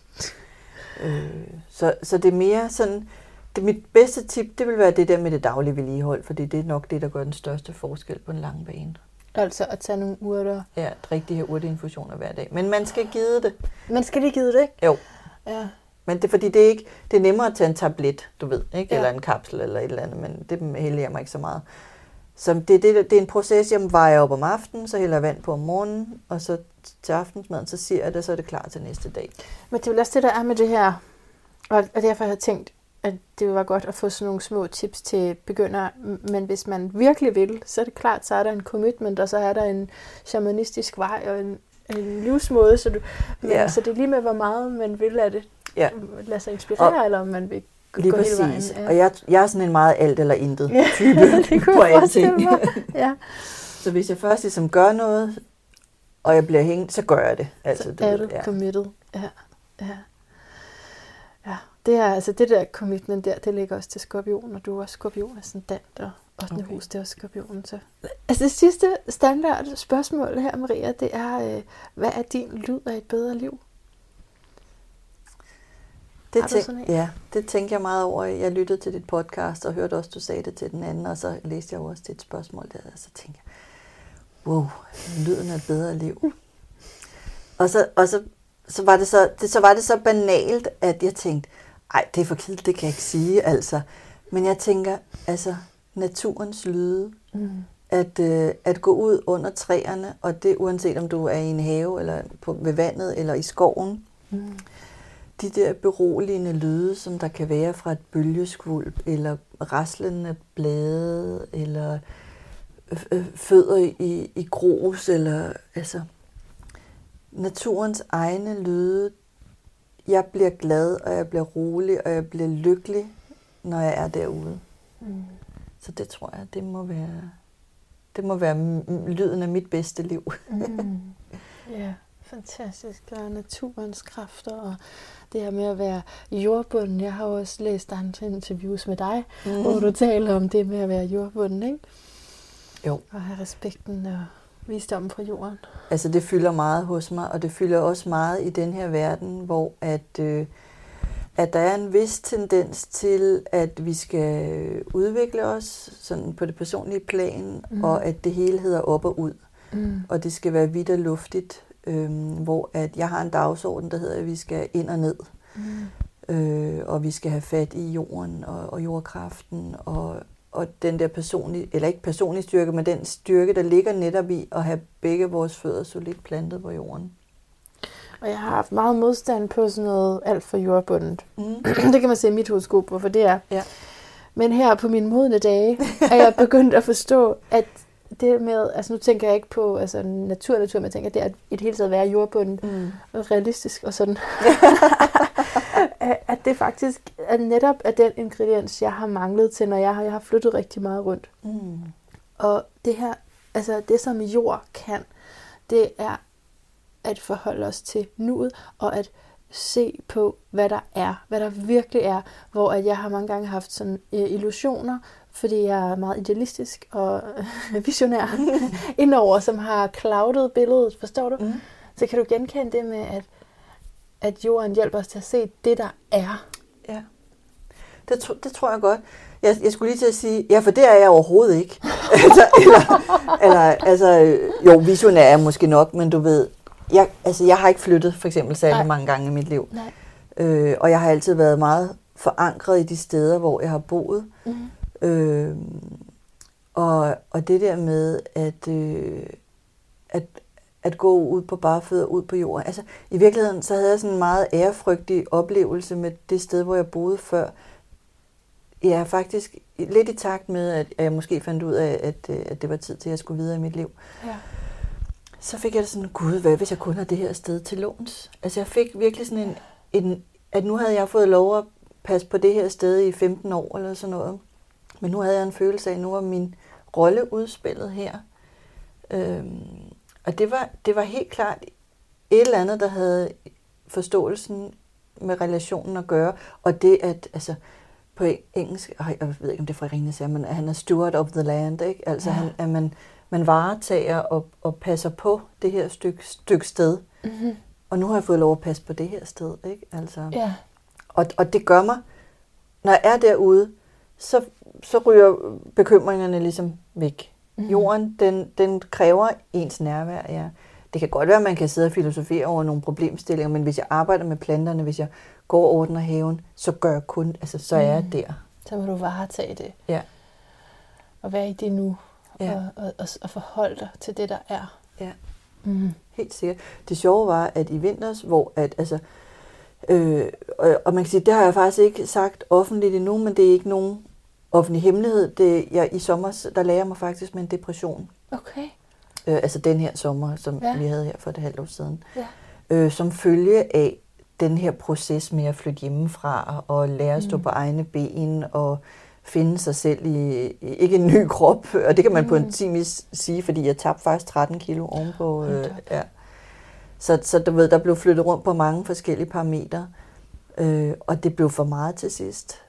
Så det er mere sådan... Mit bedste tip, det vil være det der med det daglige vedligehold, fordi det er nok det, der gør den største forskel på en lang bane. Altså at tage nogle urter? Ja, drikke de her urteinfusioner hver dag. Men man skal gide det. Man skal lige gide det, ikke? Jo. Ja. Men det er fordi, det er nemmere at tage en tablet, du ved, ikke? Eller en kapsel eller et eller andet, men det hælder jeg mig ikke så meget. Så det er en proces, jeg vejer op om aftenen, så hælder jeg vand på om morgenen, og så til aftensmaden, så siger jeg det, så er det klar til næste dag. Men det er vel også det, der er med det her, og derfor har jeg tænkt, at det var godt at få sådan nogle små tips til begyndere, men hvis man virkelig vil, så er det klart, så er der en commitment, og så er der en shamanistisk vej og en livsmåde, så det er lige med, hvor meget man vil lade det lade sig inspirere, eller om man vil gå hele vejen. Ja. Og jeg er sådan en meget alt eller intet type på alting. Ja. Så hvis jeg først ligesom gør noget, og jeg bliver hængt, så gør jeg det. Altså, så er du committed. Ja. Det er altså det der commitment der, det ligger også til skorpion, og du er også skorpion ascendant, og 8. hus, det er også skorpion. Så. Altså det sidste standard spørgsmål her, Maria, det er, hvad er din lyd af et bedre liv? Det tænkte jeg meget over. Jeg lyttede til dit podcast og hørte også, du sagde det til den anden, og så læste jeg også dit spørgsmål der, og så tænkte jeg, wow, lyden af et bedre liv. Og så var det så banalt, at jeg tænkte, ej, det er for kedeligt, det kan jeg ikke sige, altså. Men jeg tænker, altså, naturens lyde, at gå ud under træerne, og det uanset om du er i en have, eller ved vandet, eller i skoven, de der beroligende lyde, som der kan være fra et bølgeskvulp, eller raslende blade, eller fødder i grus, eller altså naturens egne lyde. Jeg bliver glad, og jeg bliver rolig, og jeg bliver lykkelig, når jeg er derude. Så det tror jeg, det må være lyden af mit bedste liv. Ja, fantastisk. Der er naturens kræfter, og det her med at være jordbunden. Jeg har også læst andre interviews med dig, hvor du taler om det med at være jordbunden, ikke? Jo. Og have respekten og visdommen fra jorden. Altså det fylder meget hos mig, og det fylder også meget i den her verden, hvor at der er en vis tendens til, at vi skal udvikle os sådan på det personlige plan, og at det hele hedder op og ud. Og det skal være vidt og luftigt, hvor at jeg har en dagsorden, der hedder, at vi skal ind og ned. Og vi skal have fat i jorden og jordkraften, og den der personlige, eller ikke personlige styrke, men den styrke, der ligger netop i at have begge vores fødder solidt plantet på jorden. Og jeg har haft meget modstand på sådan noget alt for jordbundet. Det kan man se i mit horoskop, hvorfor det er. Ja. Men her på mine modne dage er jeg begyndt at forstå, at det med, altså nu tænker jeg ikke på altså natur, men jeg tænker, at det er i det hele taget at være jordbundet og realistisk og sådan. At det faktisk er netop af den ingrediens, jeg har manglet til, når jeg har flyttet rigtig meget rundt. Og det her, altså det som jord kan, det er at forholde os til nuet, og at se på, hvad der virkelig er, hvor at jeg har mange gange haft sådan illusioner, fordi jeg er meget idealistisk og visionær indover, som har cloudet billedet, forstår du? Så kan du genkende det med, at jorden hjælper os til at se det, der er. Ja, det tror jeg godt. Jeg skulle lige til at sige, ja, for det er jeg overhovedet ikke. Jo, visionær er måske nok, men du ved, jeg har ikke flyttet for eksempel særlig mange gange i mit liv. Og jeg har altid været meget forankret i de steder, hvor jeg har boet. Og det der med at gå ud på bare fødder, ud på jorden. Altså i virkeligheden så havde jeg sådan en meget ærefrygtig oplevelse med det sted, hvor jeg boede før. Jeg er faktisk lidt i takt med, at jeg måske fandt ud af, at det var tid til, at jeg skulle videre i mit liv. Ja. Så fik jeg sådan, gud, hvad hvis jeg kun har det her sted til låns? Altså jeg fik virkelig sådan at nu havde jeg fået lov at passe på det her sted i 15 år eller sådan noget. Men nu havde jeg en følelse af, at nu var min rolle udspillet her. Og det var helt klart et eller andet, der havde forståelsen med relationen at gøre. Og det at, altså på engelsk, jeg ved ikke om det er fra Rine siger, men han er steward of the land, ikke? Altså man varetager og passer på det her stykke sted. Og nu har jeg fået lov at passe på det her sted, ikke? Altså. Ja. Og det gør mig, når jeg er derude, så ryger bekymringerne ligesom væk. Jorden, den kræver ens nærvær, ja. Det kan godt være, at man kan sidde og filosofere over nogle problemstillinger, men hvis jeg arbejder med planterne, hvis jeg går og ordner haven, så gør jeg kun, altså så er jeg der. Så må du varetage det. Ja. Og være i det nu. Ja. Og forholde dig til det, der er. Ja, helt sikkert. Det sjove var, at i vinters, hvor at, altså, og man kan sige, det har jeg faktisk ikke sagt offentligt endnu, men det er ikke nogen offentlig hemmelighed. I sommer, der lagde jeg mig faktisk med en depression. Okay. Altså den her sommer, som vi havde her for et halvt år siden. Ja. Som følge af den her proces med at flytte hjemmefra og lære at stå på egne ben og finde sig selv i ikke en ny krop. Og det kan man på en time sige, fordi jeg tabte faktisk 13 kilo ovenpå. Så du ved, der blev flyttet rundt på mange forskellige parametre. Og det blev for meget til sidst.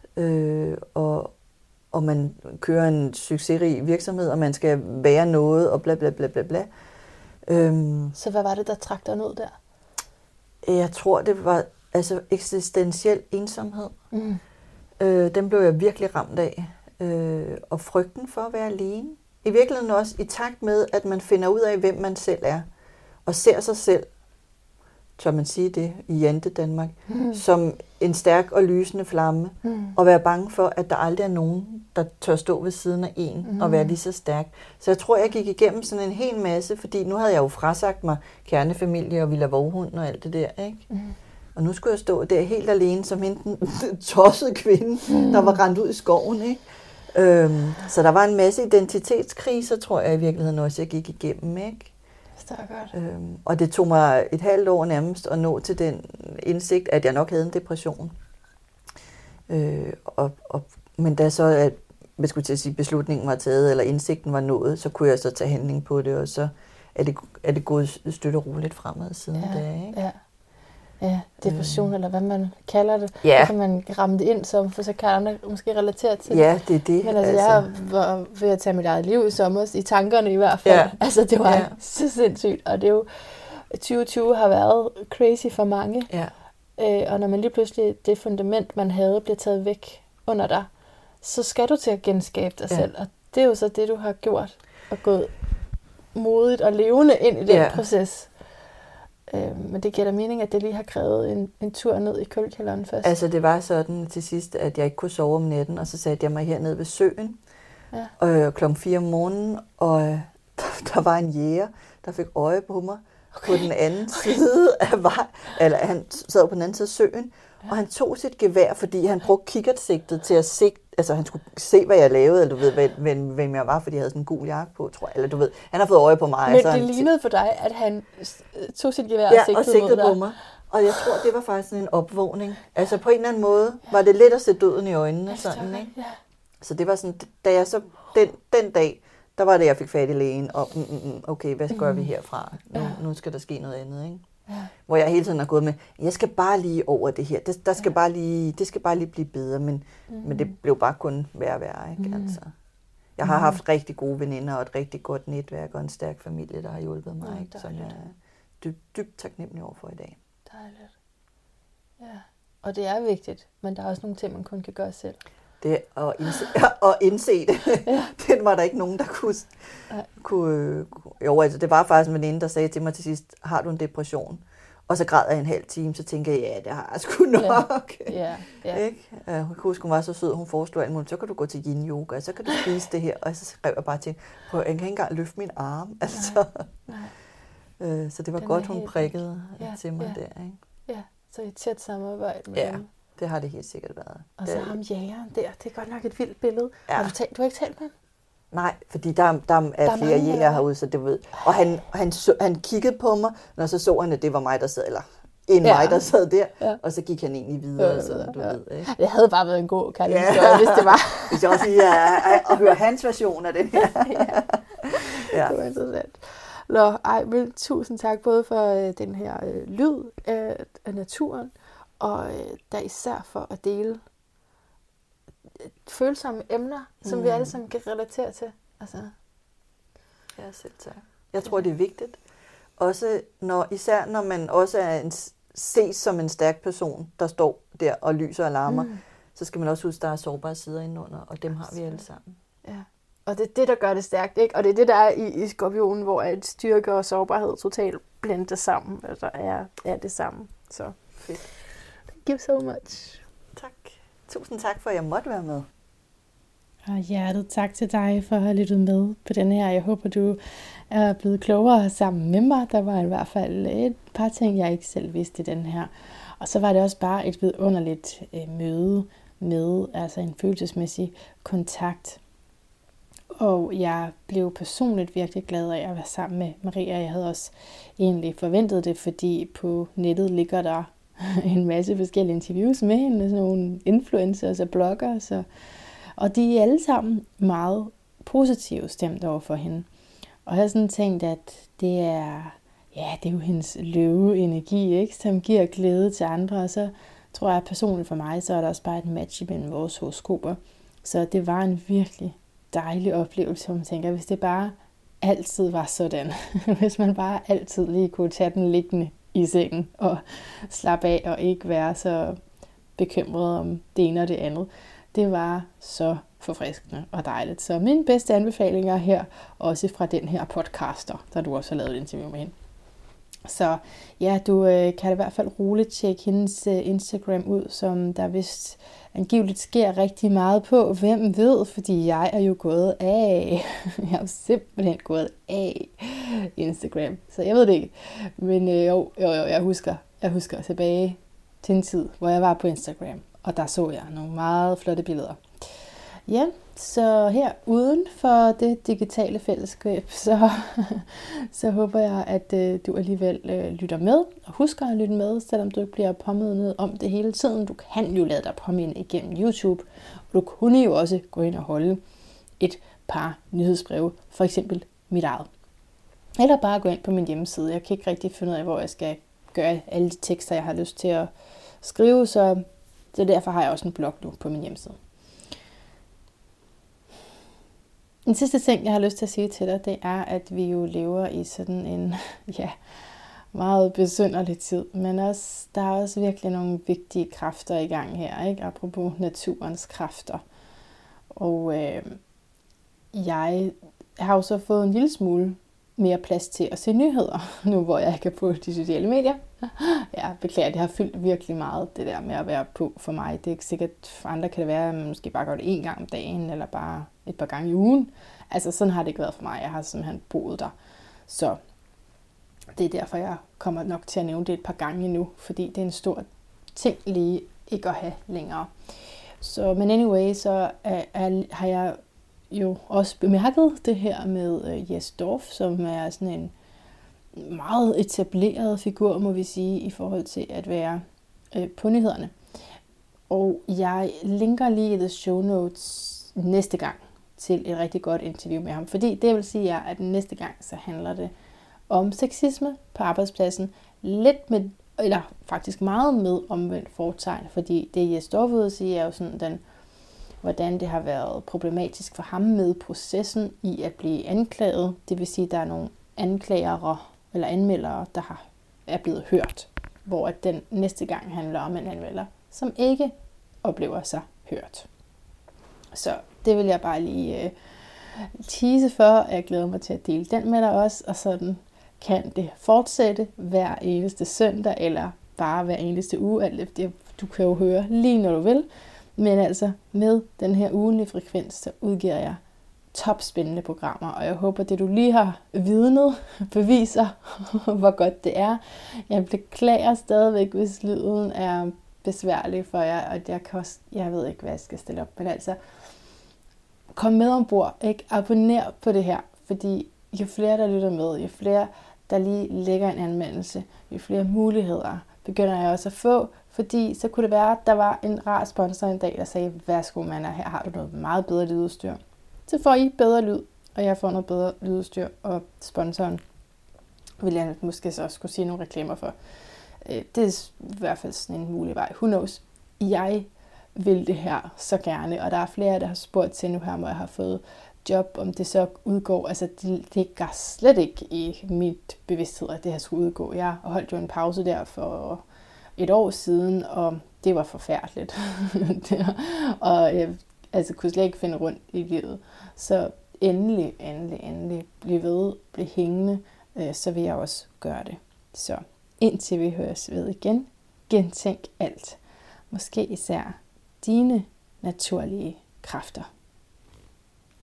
Og man kører en succesrig virksomhed, og man skal være noget, og bla bla bla bla bla. Så hvad var det, der trak dig ned der? Jeg tror, det var altså eksistentiel ensomhed. Den blev jeg virkelig ramt af. Og frygten for at være alene. I virkeligheden også i takt med, at man finder ud af, hvem man selv er. Og ser sig selv, tør man sige det, i Jante Danmark, som en stærk og lysende flamme. Og være bange for, at der aldrig er nogen, der tør stå ved siden af en og være lige så stærk. Så jeg tror, jeg gik igennem sådan en hel masse, fordi nu havde jeg jo frasagt mig kernefamilie og Villa Vovhund og alt det der, ikke? Og nu skulle jeg stå der helt alene, som en tosset kvinde, der var rendt ud i skoven, ikke? Så der var en masse identitetskriser, tror jeg i virkeligheden også, jeg gik igennem, ikke? Det er godt. Og det tog mig et halvt år nærmest at nå til den indsigt, at jeg nok havde en depression. Men da så, at jeg skulle til at sige, beslutningen var taget, eller indsigten var nået, så kunne jeg så tage handling på det, og så er det gået støtte og roligt fremad siden da, ikke? Ja, depression, eller hvad man kalder det. Ja. Så kan man ramme det ind som, for så kan andre måske relatere til det. Ja, det er det. Men altså, jeg var ved at tage mit eget liv i sommer, i tankerne i hvert fald. Ja. Altså, det var så sindssygt. Og det er jo, 2020 har været crazy for mange. Ja. Og når man lige pludselig, det fundament, man havde, bliver taget væk under dig, så skal du til at genskabe dig selv. Og det er jo så det, du har gjort. Og gået modigt og levende ind i den proces. Men det giver da mening, at det lige har krævet en tur ned i kølkælderen først. Altså det var sådan til sidst, at jeg ikke kunne sove om natten, og så satte jeg mig hernede ved søen klokken 4 om morgenen, og der var en jæger, der fik øje på mig på den anden side af vej, eller han sad på den anden side af søen, og han tog sit gevær, fordi han brugte kikkertsigtet til at sigte, altså han skulle se, hvad jeg lavede, eller du ved, hvem jeg var, fordi jeg havde sådan en gul jakke på, tror jeg, eller du ved, han har fået øje på mig. Men det lignede for dig, at han tog sit gevær og sigtede på mig. Og jeg tror, det var faktisk sådan en opvågning. Altså på en eller anden måde var det lidt at se døden i øjnene, sådan, ikke? Ja. Så det var sådan, da jeg så, den dag, der var det, jeg fik fat i lægen, og okay, hvad gør vi herfra? Nu skal der ske noget andet, ikke? Ja. Hvor jeg hele tiden har gået med, jeg skal bare lige over det her, det skal bare lige blive bedre, men det blev bare kun værre, ikke? Altså. Jeg har haft rigtig gode veninder og et rigtig godt netværk og en stærk familie, der har hjulpet mig, ikke? Som jeg er dybt taknemmelig over for i dag. Dejligt. Ja, og det er vigtigt, men der er også nogle ting, man kun kan gøre selv. Det at indse det. Den var der ikke nogen, der kunne jo, altså det var faktisk en veninde, der sagde til mig til sidst, har du en depression? Og så græd jeg en halv time, så tænkte jeg, ja, det har jeg sgu nok. Ja. Ikke? Hun kunne huske, hun var så sød, hun foreslog alt muligt, så kan du gå til yin-yoga, og så kan du spise det her. Og så skrev jeg bare til, jeg kan ikke engang løfte min arm. Altså. Nej. Så det var godt, hun prikkede til mig der. Ikke? Ja, så et tæt samarbejde med dem. Det har det helt sikkert været. Og så ham jægeren der, det er godt nok et vildt billede. Ja. Du har ikke talt med ham? Nej, fordi der er flere jæger herude, så det ved. Og han kiggede på mig, når så han, at det var mig, der sad, eller mig, der sad der. Og så gik han egentlig videre, så du ved. Ikke? Det havde bare været en god kærlighedshistorie, hvis det var. Hvis jeg også lige at høre hans version af det her. Det var interessant. Men tusind tak både for den her lyd af naturen, og der især for at dele følsomme emner, som vi alle sammen kan relatere til. Altså. Ja, selv tak. Jeg tror, det er vigtigt. Også især når man også er ses som en stærk person, der står der og lyser og larmer, så skal man også huske, at der er sårbare sider indenunder, og dem har vi alle sammen. Ja. Og det er det, der gør det stærkt, ikke? Og det er det, der er i Skorpionen, hvor et styrke og sårbarhed totalt blendet sammen. Altså er det samme. Så fedt. Thank you so much. Tak. Tusind tak for, at jeg måtte være med. Og hjertet tak til dig for at have lyttet med på den her. Jeg håber, du er blevet klogere sammen med mig. Der var i hvert fald et par ting, jeg ikke selv vidste i den her. Og så var det også bare et vidunderligt møde med altså en følelsesmæssig kontakt. Og jeg blev personligt virkelig glad af at være sammen med Maria. Jeg havde også egentlig forventet det, fordi på nettet ligger der en masse forskellige interviews med hende, sådan nogle influencers og bloggers, og de er alle sammen meget positivt stemt over for hende. Og jeg har sådan tænkt, at det er jo hendes løve-energi, ikke, som giver glæde til andre, og så tror jeg personligt for mig, så er der også bare et match mellem vores horoskoper. Så det var en virkelig dejlig oplevelse, hvor man tænker, hvis det bare altid var sådan, hvis man bare altid lige kunne tage den liggende i sengen og slappe af og ikke være så bekymret om det ene og det andet. Det var så forfriskende og dejligt. Så mine bedste anbefalinger her, også fra den her podcaster, der du også har lavet et interview med hende. Så ja, du kan i hvert fald roligt tjekke hendes Instagram ud, som der vist angiveligt sker rigtig meget på. Hvem ved, fordi jeg er jo gået af. Jeg er simpelthen gået af Instagram, så jeg ved det ikke. Men jeg husker tilbage til en tid, hvor jeg var på Instagram, og der så jeg nogle meget flotte billeder. Ja, så her uden for det digitale fællesskab, så håber jeg, at du alligevel lytter med, og husker at lytte med, selvom du ikke bliver påmindet om det hele tiden. Du kan jo lade dig påminde igennem YouTube, og du kunne jo også gå ind og holde et par nyhedsbreve, for eksempel mit eget. Eller bare gå ind på min hjemmeside. Jeg kan ikke rigtig finde ud af, hvor jeg skal gøre alle de tekster, jeg har lyst til at skrive, så derfor har jeg også en blog nu på min hjemmeside. Den sidste ting, jeg har lyst til at sige til dig, det er, at vi jo lever i sådan en meget besynderlig tid. Men der er også virkelig nogle vigtige kræfter i gang her, ikke? Apropos naturens kræfter. Og jeg har jo så fået en lille smule mere plads til at se nyheder, nu hvor jeg ikke er på de sociale medier. Jeg beklager, det har fyldt virkelig meget, det der med at være på for mig. Det er ikke sikkert, for andre kan det være, at man måske bare gør det 1 gang om dagen, eller bare et par gange i ugen. Altså sådan har det ikke været for mig. Jeg har simpelthen boet der. Så det er derfor, jeg kommer nok til at nævne det et par gange endnu, fordi det er en stor ting lige ikke at have længere. Så, men anyway, så har jeg jo også bemærket det her med Jes Dorf, som er sådan en meget etableret figur, må vi sige, i forhold til at være på nyhederne. Og jeg linker lige i the show notes næste gang til et rigtig godt interview med ham. Fordi det vil sige, at næste gang så handler det om sexisme på arbejdspladsen. Lidt med, eller faktisk meget med omvendt fortegn. Fordi det Jes Dorf vil sige er jo sådan hvordan det har været problematisk for ham med processen i at blive anklaget. Det vil sige, at der er nogle anklagere eller anmeldere, der er blevet hørt. Hvor at den næste gang handler om en anmelder, som ikke oplever sig hørt. Så det vil jeg bare lige tease for. Jeg glæder mig til at dele den med dig også. Og sådan kan det fortsætte hver eneste søndag, eller bare hver eneste uge. Alt det, du kan jo høre lige når du vil. Men altså med den her ugenlige frekvens, så udgiver jeg topspændende programmer. Og jeg håber, det du lige har vidnet, beviser, hvor godt det er. Jeg beklager stadigvæk, hvis lyden er besværlig for jer. Og jeg ved ikke, hvad jeg skal stille op. Men altså, kom med ombord. Ikke? Abonner på det her. Fordi jo flere, der lytter med, jo flere, der lige lægger en anmeldelse, jo flere muligheder begynder jeg også at få. Fordi så kunne det være, at der var en rar sponsor en dag, der sagde, værsgo Manna, her har du noget meget bedre lydudstyr. Så får I bedre lyd, og jeg får noget bedre lydudstyr, og sponsoren vil jeg måske så også skulle sige nogle reklamer for. Det er i hvert fald sådan en mulig vej. Who knows? Jeg vil det her så gerne, og der er flere, der har spurgt til nu her, hvor jeg har fået job, om det så udgår. Altså det gør slet ikke i mit bevidsthed, at det her skulle udgå. Jeg holdt jo en pause der for 1 år siden, og det var forfærdeligt. Og jeg kunne slet ikke finde rundt i livet. Så endelig bliv ved, bliv hængende, så vil jeg også gøre det. Så indtil vi høres ved igen, gentænk alt. Måske især dine naturlige kræfter.